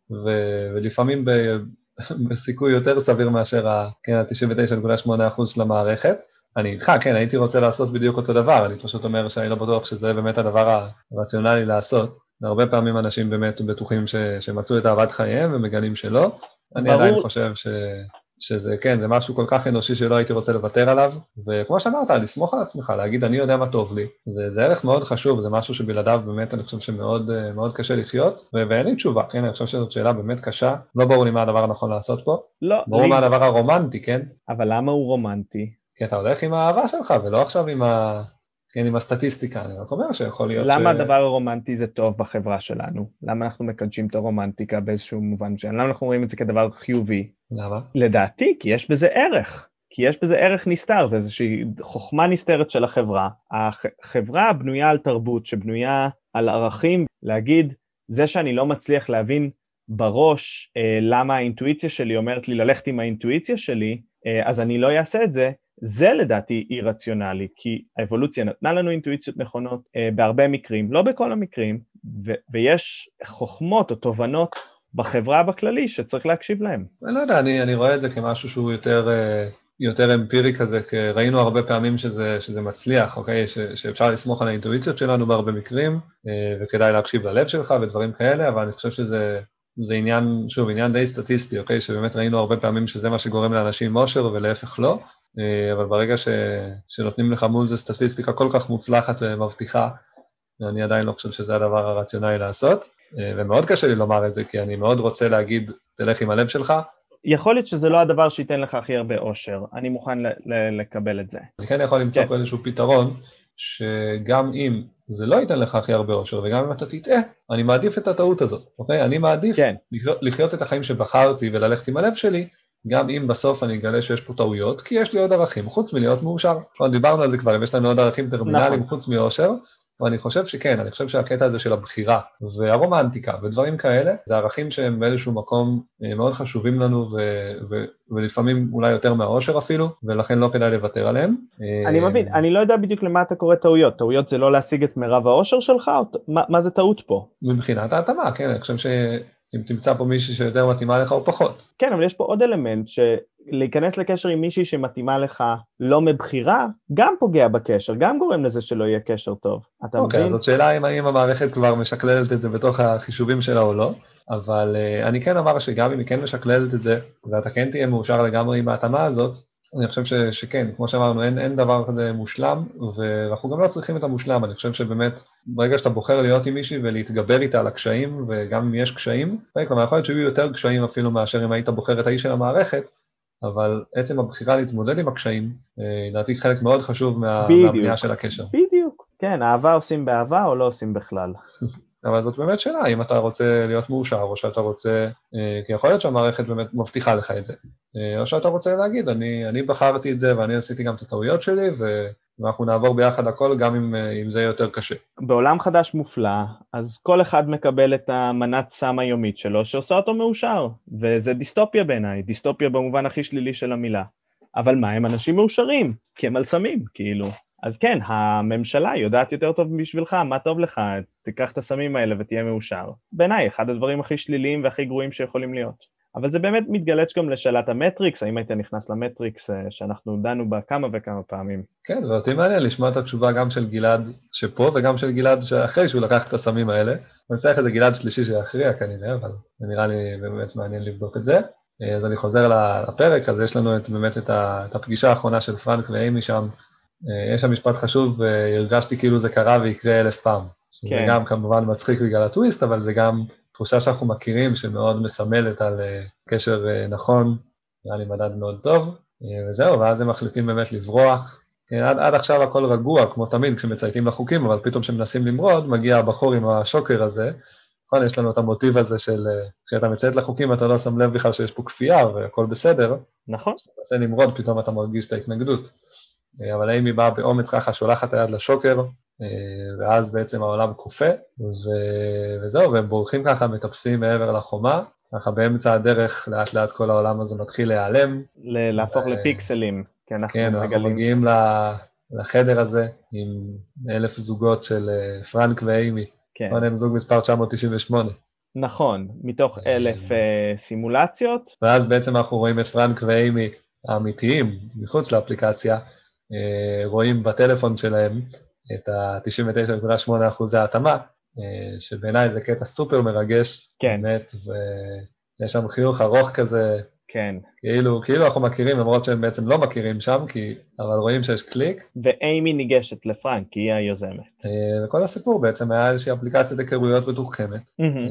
Speaker 2: ו- ולפעמים ב... בסיכוי יותר סביר מאשר ה-תשעים ותשע נקודה שמונה אחוז של המערכת. אני איתך, כן, הייתי רוצה לעשות בדיוק אותו דבר, אני פשוט אומר שאני לא בטוח שזה באמת הדבר הרציונלי לעשות. הרבה פעמים אנשים באמת בטוחים ש, שמצאו את אהבת חייהם ומגלים שלא. אני עדיין חושב ש, שזה, כן, זה משהו כל כך אנושי שלא הייתי רוצה לוותר עליו, וכמו שאמרת, לסמוך על עצמך, להגיד אני יודע מה טוב לי, זה, זה ערך מאוד חשוב, זה משהו שבלעדיו באמת אני חושב שמאוד מאוד קשה לחיות, ואין לי תשובה, כן, אני חושב שזאת שאלה באמת קשה, לא ברור לי מה הדבר הנכון לעשות פה,
Speaker 3: לא,
Speaker 2: ברור לי... מה הדבר הרומנטי, כן?
Speaker 3: אבל למה הוא רומנטי?
Speaker 2: כי אתה הולך עם האהבה שלך, ולא עכשיו עם ה... כן, עם הסטטיסטיקה, אני רק אומר שיכול להיות
Speaker 3: למה
Speaker 2: ש...
Speaker 3: למה הדבר הרומנטי זה טוב בחברה שלנו? למה אנחנו מקדשים את הרומנטיקה באיזשהו מובן שלנו? למה אנחנו רואים את זה כדבר חיובי?
Speaker 2: למה?
Speaker 3: לדעתי, כי יש בזה ערך. כי יש בזה ערך נסתר, זה איזושהי חוכמה נסתרת של החברה. החברה בנויה על תרבות, שבנויה על ערכים, להגיד, זה שאני לא מצליח להבין בראש אה, למה האינטואיציה שלי אומרת לי ללכת עם האינטואיציה שלי, אה, אז אני לא אעשה את זה, זה לדעתי אי רציונלי, כי האבולוציה נתנה לנו אינטואיציות נכונות אה, בהרבה מקרים, לא בכל המקרים, ו- ויש חוכמות או תובנות בחברה בכללי שצריך להקשיב להם.
Speaker 2: אני לא יודע, אני, אני רואה את זה כמשהו שהוא יותר, יותר אמפירי כזה, כי ראינו הרבה פעמים שזה, שזה מצליח, אוקיי? ש, שאפשר לסמוך על האינטואיציות שלנו בהרבה מקרים, וכדאי להקשיב ללב שלך ודברים כאלה, אבל אני חושב שזה זה עניין, שוב, עניין די סטטיסטי, אוקיי? שבאמת ראינו הרבה פעמים שזה מה שגורם לאנשים אושר ולהפך לא, אבל ברגע ש, שנותנים לך מול זה סטטיסטיקה כל כך מוצלחת ומבטיחה, אני עדיין לא חושב שזה הדבר הרציונלי לעשות, ומאוד קשה לי לומר את זה, כי אני מאוד רוצה להגיד, תלך עם הלב שלך.
Speaker 3: יכול להיות שזה לא הדבר שייתן לך הכי הרבה אושר, אני מוכן לקבל את זה.
Speaker 2: אני כן יכול למצוא פה איזשהו פתרון, שגם אם זה לא ייתן לך הכי הרבה אושר, וגם אם אתה תטעה, אני מעדיף את הטעות הזאת, אוקיי? אני מעדיף
Speaker 3: כן.
Speaker 2: לחיות את החיים שבחרתי וללכת עם הלב שלי, גם אם בסוף אני אגלה שיש פה טעויות, כי יש לי עוד ערכים, חוץ מלהיות מאושר. דיברנו על זה כבר, אם יש לנו עוד ערכים טרמינליים, חוץ מאושר, אבל אני חושב שכן, אני חושב שהקטע הזה של הבחירה והרומנטיקה ודברים כאלה, זה ערכים שהם באיזשהו מקום מאוד חשובים לנו, ו- ו- ולפעמים אולי יותר מהאושר אפילו, ולכן לא כדאי לוותר עליהם.
Speaker 3: אני מבין, אני לא יודע בדיוק למה אתה קורא טעויות, טעויות זה לא להשיג את מרב האושר שלך, או מה, מה זה טעות פה?
Speaker 2: מבחינת ההתאמה, כן, אני חושב שאם תמצא פה מישהי שיותר מתאימה לך או פחות.
Speaker 3: כן, אבל יש פה עוד אלמנט, שלהיכנס לקשר עם מישהי שמתאימה לך לא מבחירה, גם פוגע בקשר, גם גורם לזה שלא יהיה קשר טוב. אתה
Speaker 2: אוקיי,
Speaker 3: מבין?
Speaker 2: אז זאת שאלה אם, אם המערכת כבר משקללת את זה בתוך החישובים שלה או לא, אבל uh, אני כן אמר שגם אם היא כן משקללת את זה, ואתה כן תהיה מאושר לגמרי עם ההתאמה הזאת, אני חושב ש, שכן, כמו שאמרנו, אין, אין דבר כזה מושלם, ואנחנו גם לא צריכים את המושלם, אני חושב שבאמת, ברגע שאתה בוחר להיות עם מישהי ולהתגבר איתה על הקשיים, וגם אם יש קשיים, כלומר, יכול להיות שיהיו יותר קשיים אפילו מאשר אם היית בוחר את האיש של המערכת, אבל עצם הבחירה להתמודד עם הקשיים, לדעתי חלק מאוד חשוב מה, מהבנייה של הקשר.
Speaker 3: בדיוק, כן, אהבה עושים באהבה או לא עושים בכלל.
Speaker 2: אבל זאת באמת שאלה, אם אתה רוצה להיות מאושר, או שאתה רוצה, כי יכול להיות שהמערכת באמת מבטיחה לך את זה, או שאתה רוצה להגיד, אני, אני בחרתי את זה, ואני עשיתי גם את הטעויות שלי, ואנחנו נעבור ביחד הכל, גם אם, אם זה יותר קשה.
Speaker 3: בעולם חדש מופלא, אז כל אחד מקבל את המנת סם היומית שלו, שעושה אותו מאושר, וזה דיסטופיה בעיניי, דיסטופיה במובן הכי שלילי של המילה. אבל מה, הם אנשים מאושרים, כי הם על סמים, כאילו. אז כן, הממשלה יודעת יותר טוב בשבילך, מה טוב לך, תיקח את הסמים האלה ותהיה מאושר. בעיניי, אחד הדברים הכי שליליים והכי גרועים שיכולים להיות. אבל זה באמת מתגלץ גם לשאלת המטריקס, האם היית נכנס למטריקס שאנחנו דנו בה כמה וכמה פעמים.
Speaker 2: כן, ואותי מעניין לשמוע את התשובה גם של גלעד שפה, וגם של גלעד שאחרי שהוא לקח את הסמים האלה. אני צריך איזה גלעד שלישי שיכריע כנראה, אבל זה נראה לי באמת מעניין לבדוק את זה. אז אני חוזר לפרק, אז יש לנו את, באמת את, ה, את הפגישה האחרונה של פרנק ואימי שם. יש שם משפט חשוב, והרגשתי כאילו זה קרה ויקרה אלף פעם. זה כן. גם כמובן מצחיק בגלל הטוויסט, אבל זה גם תחושה שאנחנו מכירים, שמאוד מסמלת על קשר נכון, נראה לי מדד מאוד טוב, וזהו, ואז הם מחליטים באמת לברוח. עד, עד עכשיו הכל רגוע, כמו תמיד כשמצייתים לחוקים, אבל פתאום כשמנסים למרוד, מגיע הבחור עם השוקר הזה, נכון, יש לנו את המוטיב הזה של, כשאתה מציית לחוקים, אתה לא שם לב בכלל שיש פה כפייה, והכל בסדר.
Speaker 3: נכון.
Speaker 2: כשאתה מנסה למרוד, פתאום אתה מרגיש את ההתנגדות. אבל אימי באה באומץ ככה, שולחת היד לשוקר, ואז בעצם העולם קופה, וזהו, והם בורחים ככה, מטפסים מעבר לחומה, ככה באמצע הדרך, לאט לאט כל העולם הזה מתחיל להיעלם.
Speaker 3: להפוך לפיקסלים, כי אנחנו
Speaker 2: כן, אנחנו מגיעים לחדר הזה, עם אלף זוגות של פרנק ואימי, הם זוג מספר תשע מאות תשעים ושמונה.
Speaker 3: נכון, מתוך אלף סימולציות.
Speaker 2: ואז בעצם אנחנו רואים את פרנק ואימי האמיתיים, מחוץ לאפליקציה, רואים בטלפון שלהם את ה-תשעים ותשע נקודה שמונה אחוז ההתאמה, שבעיניי זה קטע סופר מרגש,
Speaker 3: כן.
Speaker 2: באמת, ויש שם חיוך ארוך כזה,
Speaker 3: כן.
Speaker 2: כאילו, כאילו אנחנו מכירים, למרות שהם בעצם לא מכירים שם, כי, אבל רואים שיש קליק.
Speaker 3: ואימי ניגשת לפרנק, כי היא היוזמת.
Speaker 2: וכל הסיפור בעצם היה איזושהי אפליקציית היכרויות ותוחכמת,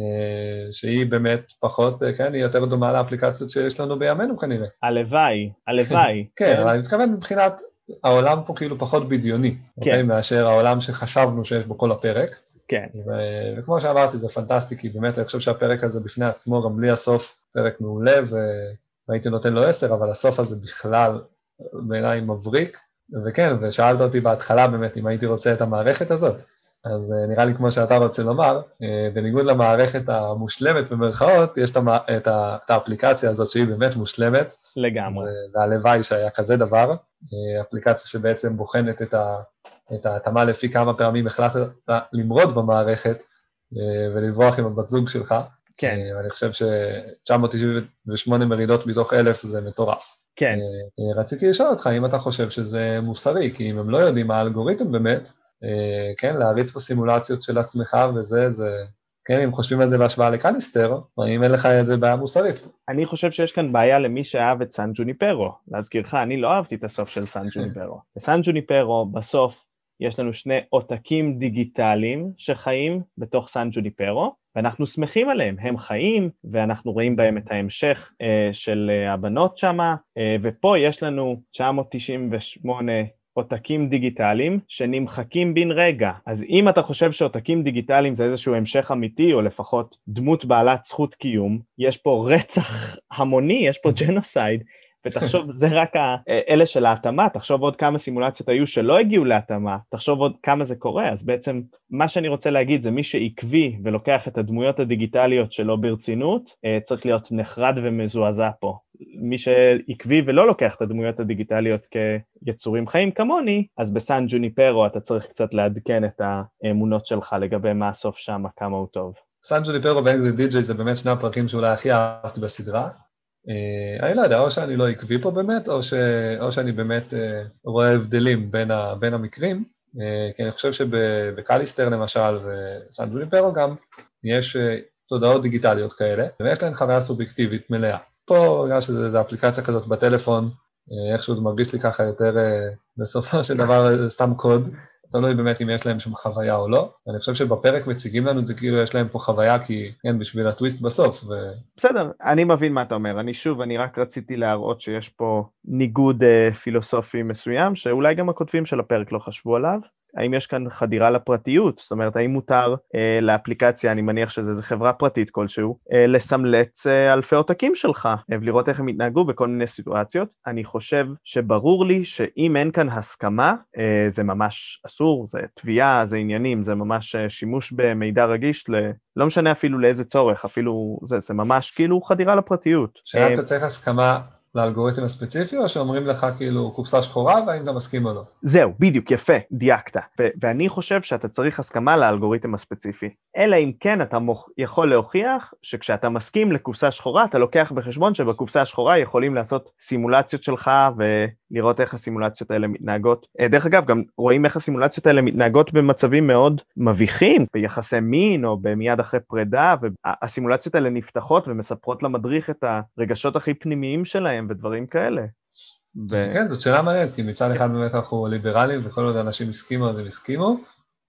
Speaker 2: שהיא באמת פחות, כן, היא יותר דומה לאפליקציות שיש לנו בימינו כנראה.
Speaker 3: הלוואי, הלוואי.
Speaker 2: כן, אבל אני מתכוון מבחינת, העולם פה כאילו פחות בדיוני, אוקיי? מאשר העולם שחשבנו שיש בו כל הפרק.
Speaker 3: כן.
Speaker 2: וכמו שאמרתי, זה פנטסטי, כי באמת אני חושב שהפרק הזה בפני עצמו, גם בלי הסוף, פרק מעולה, והייתי נותן לו עשר, אבל הסוף הזה בכלל בעיניי מבריק, וכן, ושאלת אותי בהתחלה באמת אם הייתי רוצה את המערכת הזאת, אז נראה לי כמו שאתה רוצה לומר, בניגוד למערכת המושלמת במרכאות, יש את האפליקציה הזאת שהיא באמת מושלמת.
Speaker 3: לגמרי.
Speaker 2: והלוואי שהיה כזה דבר, אפליקציה שבעצם בוחנת את ה... את ההתאמה לפי כמה פעמים החלטת למרוד במערכת, ולברוח עם הבת זוג שלך.
Speaker 3: כן.
Speaker 2: אני חושב ש-תשע מאות תשעים ושמונה מרידות מתוך אלף זה מטורף.
Speaker 3: כן.
Speaker 2: רציתי לשאול אותך אם אתה חושב שזה מוסרי, כי אם הם לא יודעים מה האלגוריתם באמת, כן, להריץ פה סימולציות של עצמך וזה, זה... כן, אם חושבים על זה בהשוואה לקניסטר, אם אין לך איזה בעיה מוסרית.
Speaker 3: אני חושב שיש כאן בעיה למי שאהב את סן ג'וניפרו. להזכירך, אני לא אהבתי את הסוף של סן ג'וניפרו. בסן ג'וניפרו, בסוף, יש לנו שני עותקים דיגיטליים שחיים בתוך סן ג'וניפרו, ואנחנו שמחים עליהם, הם חיים, ואנחנו רואים בהם את ההמשך אה, של אה, הבנות שמה, אה, ופה יש לנו תשע מאות תשעים ושמונה עותקים דיגיטליים שנמחקים בין רגע. אז אם אתה חושב שעותקים דיגיטליים זה איזשהו המשך אמיתי, או לפחות דמות בעלת זכות קיום, יש פה רצח המוני, יש פה ג'נוסייד, ותחשוב, זה רק ה- אלה של ההתאמה, תחשוב עוד כמה סימולציות היו שלא הגיעו להתאמה, תחשוב עוד כמה זה קורה, אז בעצם מה שאני רוצה להגיד זה מי שעקבי ולוקח את הדמויות הדיגיטליות שלו ברצינות, צריך להיות נחרד ומזועזע פה. מי שעקבי ולא לוקח את הדמויות הדיגיטליות כיצורים חיים כמוני, אז בסן ג'וניפרו אתה צריך קצת לעדכן את האמונות שלך לגבי מה הסוף שם, כמה הוא טוב.
Speaker 2: סן ג'וניפרו ואקזיט די-ג'יי זה באמת שני הפרקים שאולי הכי אהבתי בסדרה. אני לא יודע, או שאני לא עקבי פה באמת, או, ש... או שאני באמת רואה הבדלים בין, ה... בין המקרים, כי אני חושב שבקליסטר למשל, וסן ג'וניפרו גם, יש תודעות דיגיטליות כאלה, ויש להן חוויה סובייקטיבית מלאה. פה, בגלל שזו אפליקציה כזאת בטלפון, איכשהו זה מרגיש לי ככה יותר, בסופו של דבר סתם קוד, תלוי באמת אם יש להם שם חוויה או לא. אני חושב שבפרק מציגים לנו את זה כאילו יש להם פה חוויה, כי כן, בשביל הטוויסט בסוף. ו...
Speaker 3: בסדר, אני מבין מה אתה אומר. אני שוב, אני רק רציתי להראות שיש פה ניגוד אה, פילוסופי מסוים, שאולי גם הכותבים של הפרק לא חשבו עליו. האם יש כאן חדירה לפרטיות? זאת אומרת, האם מותר אה, לאפליקציה, אני מניח שזה חברה פרטית כלשהו, אה, לסמלץ אה, אלפי עותקים שלך, אה, ולראות איך הם יתנהגו בכל מיני סיטואציות. אני חושב שברור לי שאם אין כאן הסכמה, אה, זה ממש אסור, זה תביעה, זה עניינים, זה ממש אה, שימוש במידע רגיש, ל... לא משנה אפילו לאיזה צורך, אפילו זה, זה ממש כאילו חדירה לפרטיות.
Speaker 2: שאלה, אתה צריך הסכמה לאלגוריתם הספציפי, או שאומרים לך כאילו קופסה שחורה, והאם אתה מסכים או לא?
Speaker 3: זהו, בדיוק, יפה, דייקת. ו- ואני חושב שאתה צריך הסכמה לאלגוריתם הספציפי. אלא אם כן אתה מוכ- יכול להוכיח שכשאתה מסכים לקופסה שחורה, אתה לוקח בחשבון שבקופסה השחורה יכולים לעשות סימולציות שלך, ולראות איך הסימולציות האלה מתנהגות. דרך אגב, גם רואים איך הסימולציות האלה מתנהגות במצבים מאוד מביכים, ביחסי מין או במיד אחרי פרידה, והסימולציות האלה נפתחות ומספרות למדריך את הרגשות הכי פנימיים שלהם ודברים כאלה.
Speaker 2: ו... כן, זאת שאלה מעניינת, כי מצד אחד באמת אנחנו ליברליים, וכל עוד אנשים הסכימו, אז הם הסכימו.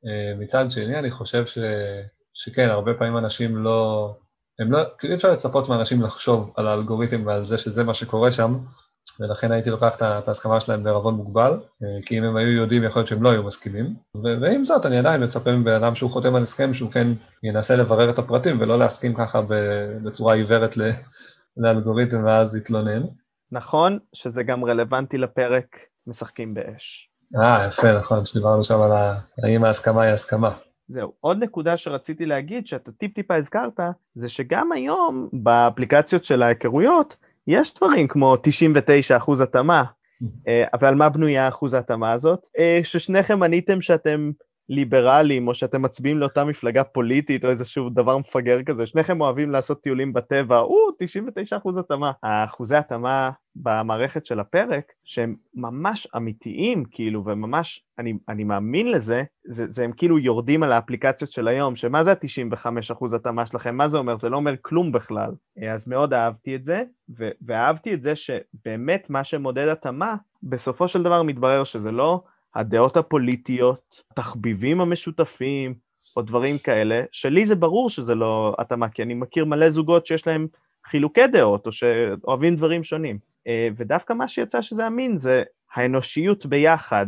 Speaker 2: מצד שני, אני חושב ש... שכן, הרבה פעמים אנשים לא... הם לא... כאילו אפשר לצפות מאנשים לחשוב על האלגוריתם ועל זה שזה מה שקורה שם, ולכן הייתי לוקח את ההסכמה שלהם בערבון מוגבל, כי אם הם היו יודעים, יכול להיות שהם לא היו מסכימים. ו... ועם זאת, אני עדיין מצפה מבן אדם שהוא חותם על הסכם, שהוא כן ינסה לברר את הפרטים, ולא להסכים ככה בצורה עיוורת ל... לאלגוריתם ואז יתלונן.
Speaker 3: נכון, שזה גם רלוונטי לפרק משחקים באש.
Speaker 2: אה, יפה, נכון, שדיברנו שם על האם ההסכמה היא הסכמה.
Speaker 3: זהו, עוד נקודה שרציתי להגיד, שאתה טיפ-טיפה הזכרת, זה שגם היום באפליקציות של ההיכרויות, יש דברים כמו תשעים ותשעה אחוז התאמה, אבל על מה בנויה אחוז ההתאמה הזאת? ששניכם עניתם שאתם ליברלים, או שאתם מצביעים לאותה מפלגה פוליטית, או איזשהו דבר מפגר כזה, שניכם אוהבים לעשות טיולים בטבע, או, תשעים ותשעה אחוז התאמה. האחוזי התאמה במערכת של הפרק, שהם ממש אמיתיים, כאילו, וממש, אני, אני מאמין לזה, זה, זה הם כאילו יורדים על האפליקציות של היום, שמה זה ה-תשעים וחמישה אחוז התאמה שלכם? מה זה אומר? זה לא אומר כלום בכלל. אז מאוד אהבתי את זה, ו- ואהבתי את זה שבאמת מה שמודד התאמה, בסופו של דבר מתברר שזה לא הדעות הפוליטיות, התחביבים המשותפים, או דברים כאלה, שלי זה ברור שזה לא התאמה, כי אני מכיר מלא זוגות שיש להם חילוקי דעות, או שאוהבים דברים שונים. ודווקא מה שיצא שזה אמין, זה האנושיות ביחד,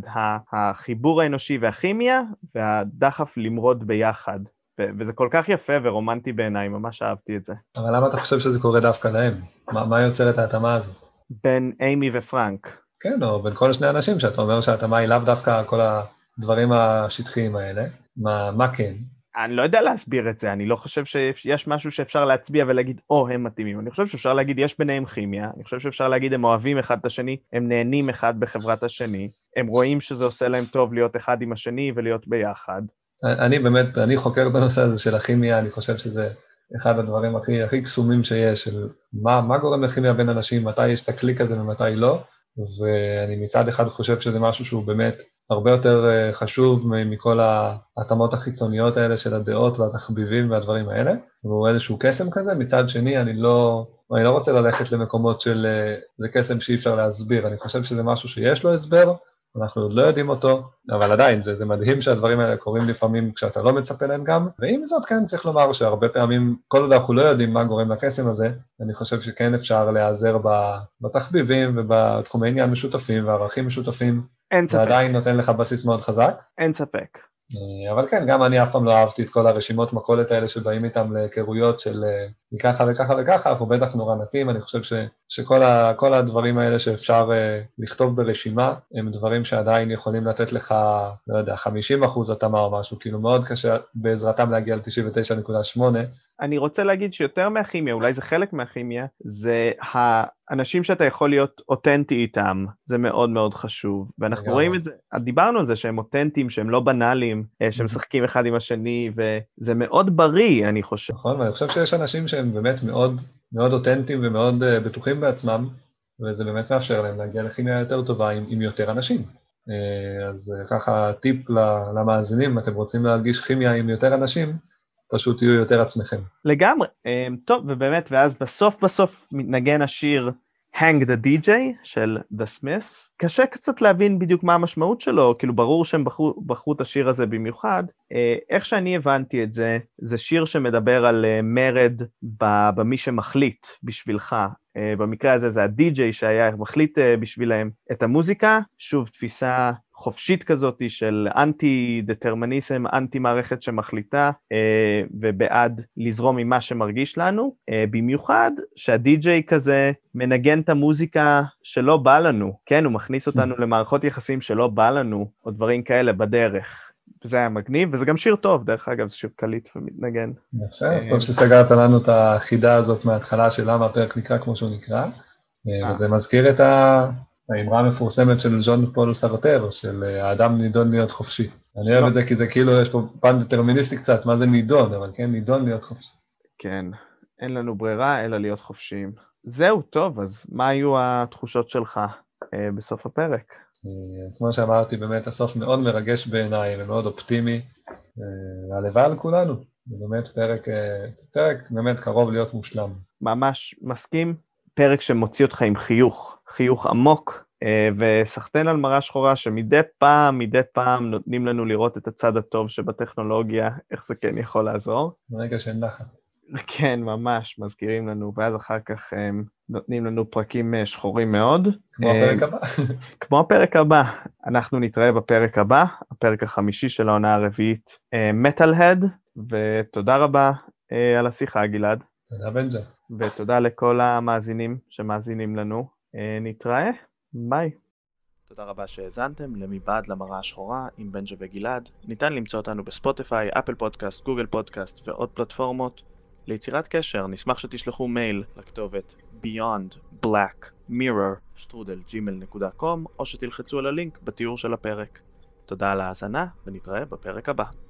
Speaker 3: החיבור האנושי והכימיה, והדחף למרוד ביחד. וזה כל כך יפה ורומנטי בעיניי, ממש אהבתי את זה.
Speaker 2: אבל למה אתה חושב שזה קורה דווקא להם? מה, מה יוצר את ההתאמה הזאת?
Speaker 3: בין אימי ופרנק.
Speaker 2: כן, או בין כל שני אנשים, שאתה אומר שההתאמה היא לאו דווקא כל הדברים השטחיים האלה. מה, מה כן?
Speaker 3: אני לא יודע להסביר את זה, אני לא חושב שיש משהו שאפשר להצביע ולהגיד, או, הם מתאימים. אני חושב שאפשר להגיד, יש ביניהם כימיה, אני חושב שאפשר להגיד, הם אוהבים אחד את השני, הם נהנים אחד בחברת השני, הם רואים שזה עושה להם טוב להיות אחד עם השני ולהיות ביחד.
Speaker 2: אני באמת, אני חוקר את הנושא הזה של הכימיה, אני חושב שזה אחד הדברים הכי, הכי קסומים שיש, של מה, מה גורם לכימיה בין אנשים, מתי יש את הקליק הזה ומתי לא, ואני מצד אחד חושב שזה משהו שהוא באמת הרבה יותר חשוב מכל ההתאמות החיצוניות האלה של הדעות והתחביבים והדברים האלה, והוא איזשהו קסם כזה. מצד שני, אני לא, אני לא רוצה ללכת למקומות של זה קסם שאי אפשר להסביר, אני חושב שזה משהו שיש לו הסבר, אנחנו עוד לא יודעים אותו, אבל עדיין זה, זה מדהים שהדברים האלה קורים לפעמים כשאתה לא מצפה להם גם, ועם זאת כן צריך לומר שהרבה פעמים, כל עוד אנחנו לא יודעים מה גורם לקסם הזה, אני חושב שכן אפשר להיעזר בתחביבים ובתחומי עניין משותפים וערכים משותפים,
Speaker 3: אין ספק.
Speaker 2: ועדיין נותן לך בסיס מאוד חזק.
Speaker 3: אין ספק.
Speaker 2: אבל כן, גם אני אף פעם לא אהבתי את כל הרשימות מכולת האלה שבאים איתם להיכרויות של ככה וככה וככה, אנחנו בטח נורא נתאים, אני חושב ש, שכל ה, כל הדברים האלה שאפשר לכתוב ברשימה, הם דברים שעדיין יכולים לתת לך, לא יודע, חמישים אחוז התאמה או משהו, כאילו מאוד קשה בעזרתם להגיע ל-תשעים ותשע נקודה שמונה.
Speaker 3: אני רוצה להגיד שיותר מהכימיה, אולי זה חלק מהכימיה, זה האנשים שאתה יכול להיות אותנטי איתם, זה מאוד מאוד חשוב, ואנחנו רואים את זה, דיברנו על זה שהם אותנטיים, שהם לא בנאליים, שהם משחקים אחד עם השני, וזה מאוד בריא, אני חושב.
Speaker 2: נכון, ואני חושב שיש אנשים שהם באמת מאוד, מאוד אותנטיים ומאוד בטוחים בעצמם, וזה באמת מאפשר להם להגיע לכימיה יותר טובה עם, עם יותר אנשים. אז ככה טיפ למאזינים, אתם רוצים להרגיש כימיה עם יותר אנשים, פשוט תהיו יותר עצמכם.
Speaker 3: לגמרי, טוב, ובאמת, ואז בסוף בסוף מתנגן השיר Hang the די ג'יי של The Smiths. קשה קצת להבין בדיוק מה המשמעות שלו, כאילו ברור שהם בחרו, בחרו את השיר הזה במיוחד. איך שאני הבנתי את זה, זה שיר שמדבר על מרד במי שמחליט בשבילך. במקרה הזה זה הדי ג'יי שהיה מחליט בשבילהם את המוזיקה, שוב תפיסה חופשית כזאת של אנטי-דטרמיניזם, אנטי-מערכת שמחליטה, ובעד לזרום ממה שמרגיש לנו, במיוחד שהדי ג'יי כזה מנגן את המוזיקה שלא בא לנו, כן, הוא מכניס אותנו למערכות יחסים שלא בא לנו, או דברים כאלה בדרך. וזה היה מגניב, וזה גם שיר טוב, דרך אגב, זה שיר קליט ומתנגן.
Speaker 2: יפה, אז טוב שסגרת לנו את החידה הזאת מההתחלה של למה הפרק נקרא כמו שהוא נקרא, וזה מזכיר את האמרה המפורסמת של ז'אן פול סארטר, של האדם נידון להיות חופשי. אני אוהב את זה כי זה כאילו, יש פה פן דטרמיניסטי קצת, מה זה נידון, אבל כן, נידון להיות חופשי.
Speaker 3: כן, אין לנו ברירה אלא להיות חופשיים. זהו, טוב, אז מה היו התחושות שלך בסוף הפרק?
Speaker 2: אז כמו שאמרתי, באמת הסוף מאוד מרגש בעיניי ומאוד אופטימי, והלוואי על כולנו. זה באמת פרק, פרק באמת קרוב להיות מושלם.
Speaker 3: ממש מסכים, פרק שמוציא אותך עם חיוך, חיוך עמוק, וסחטן על מראה שחורה שמדי פעם, מדי פעם נותנים לנו לראות את הצד הטוב שבטכנולוגיה, איך זה כן יכול לעזור.
Speaker 2: ברגע שאין נחת.
Speaker 3: כן, ממש, מזכירים לנו, ואז אחר כך הם נותנים לנו פרקים שחורים מאוד.
Speaker 2: כמו הפרק הבא.
Speaker 3: כמו הפרק הבא. אנחנו נתראה בפרק הבא, הפרק החמישי של העונה הרביעית, מטל-הד, ותודה רבה על השיחה, גלעד.
Speaker 2: תודה בנג'ה.
Speaker 3: ותודה לכל המאזינים שמאזינים לנו. נתראה, ביי. תודה רבה שהאזנתם למבעד למראה השחורה עם בנג'ה וגלעד. ניתן למצוא אותנו בספוטיפיי, אפל פודקאסט, גוגל פודקאסט ועוד פלטפורמות. ליצירת קשר, נשמח שתשלחו מייל לכתובת ביונד בלק מירור שטרודל ג'ימייל דוט קום או שתלחצו על הלינק בתיאור של הפרק. תודה על ההאזנה ונתראה בפרק הבא.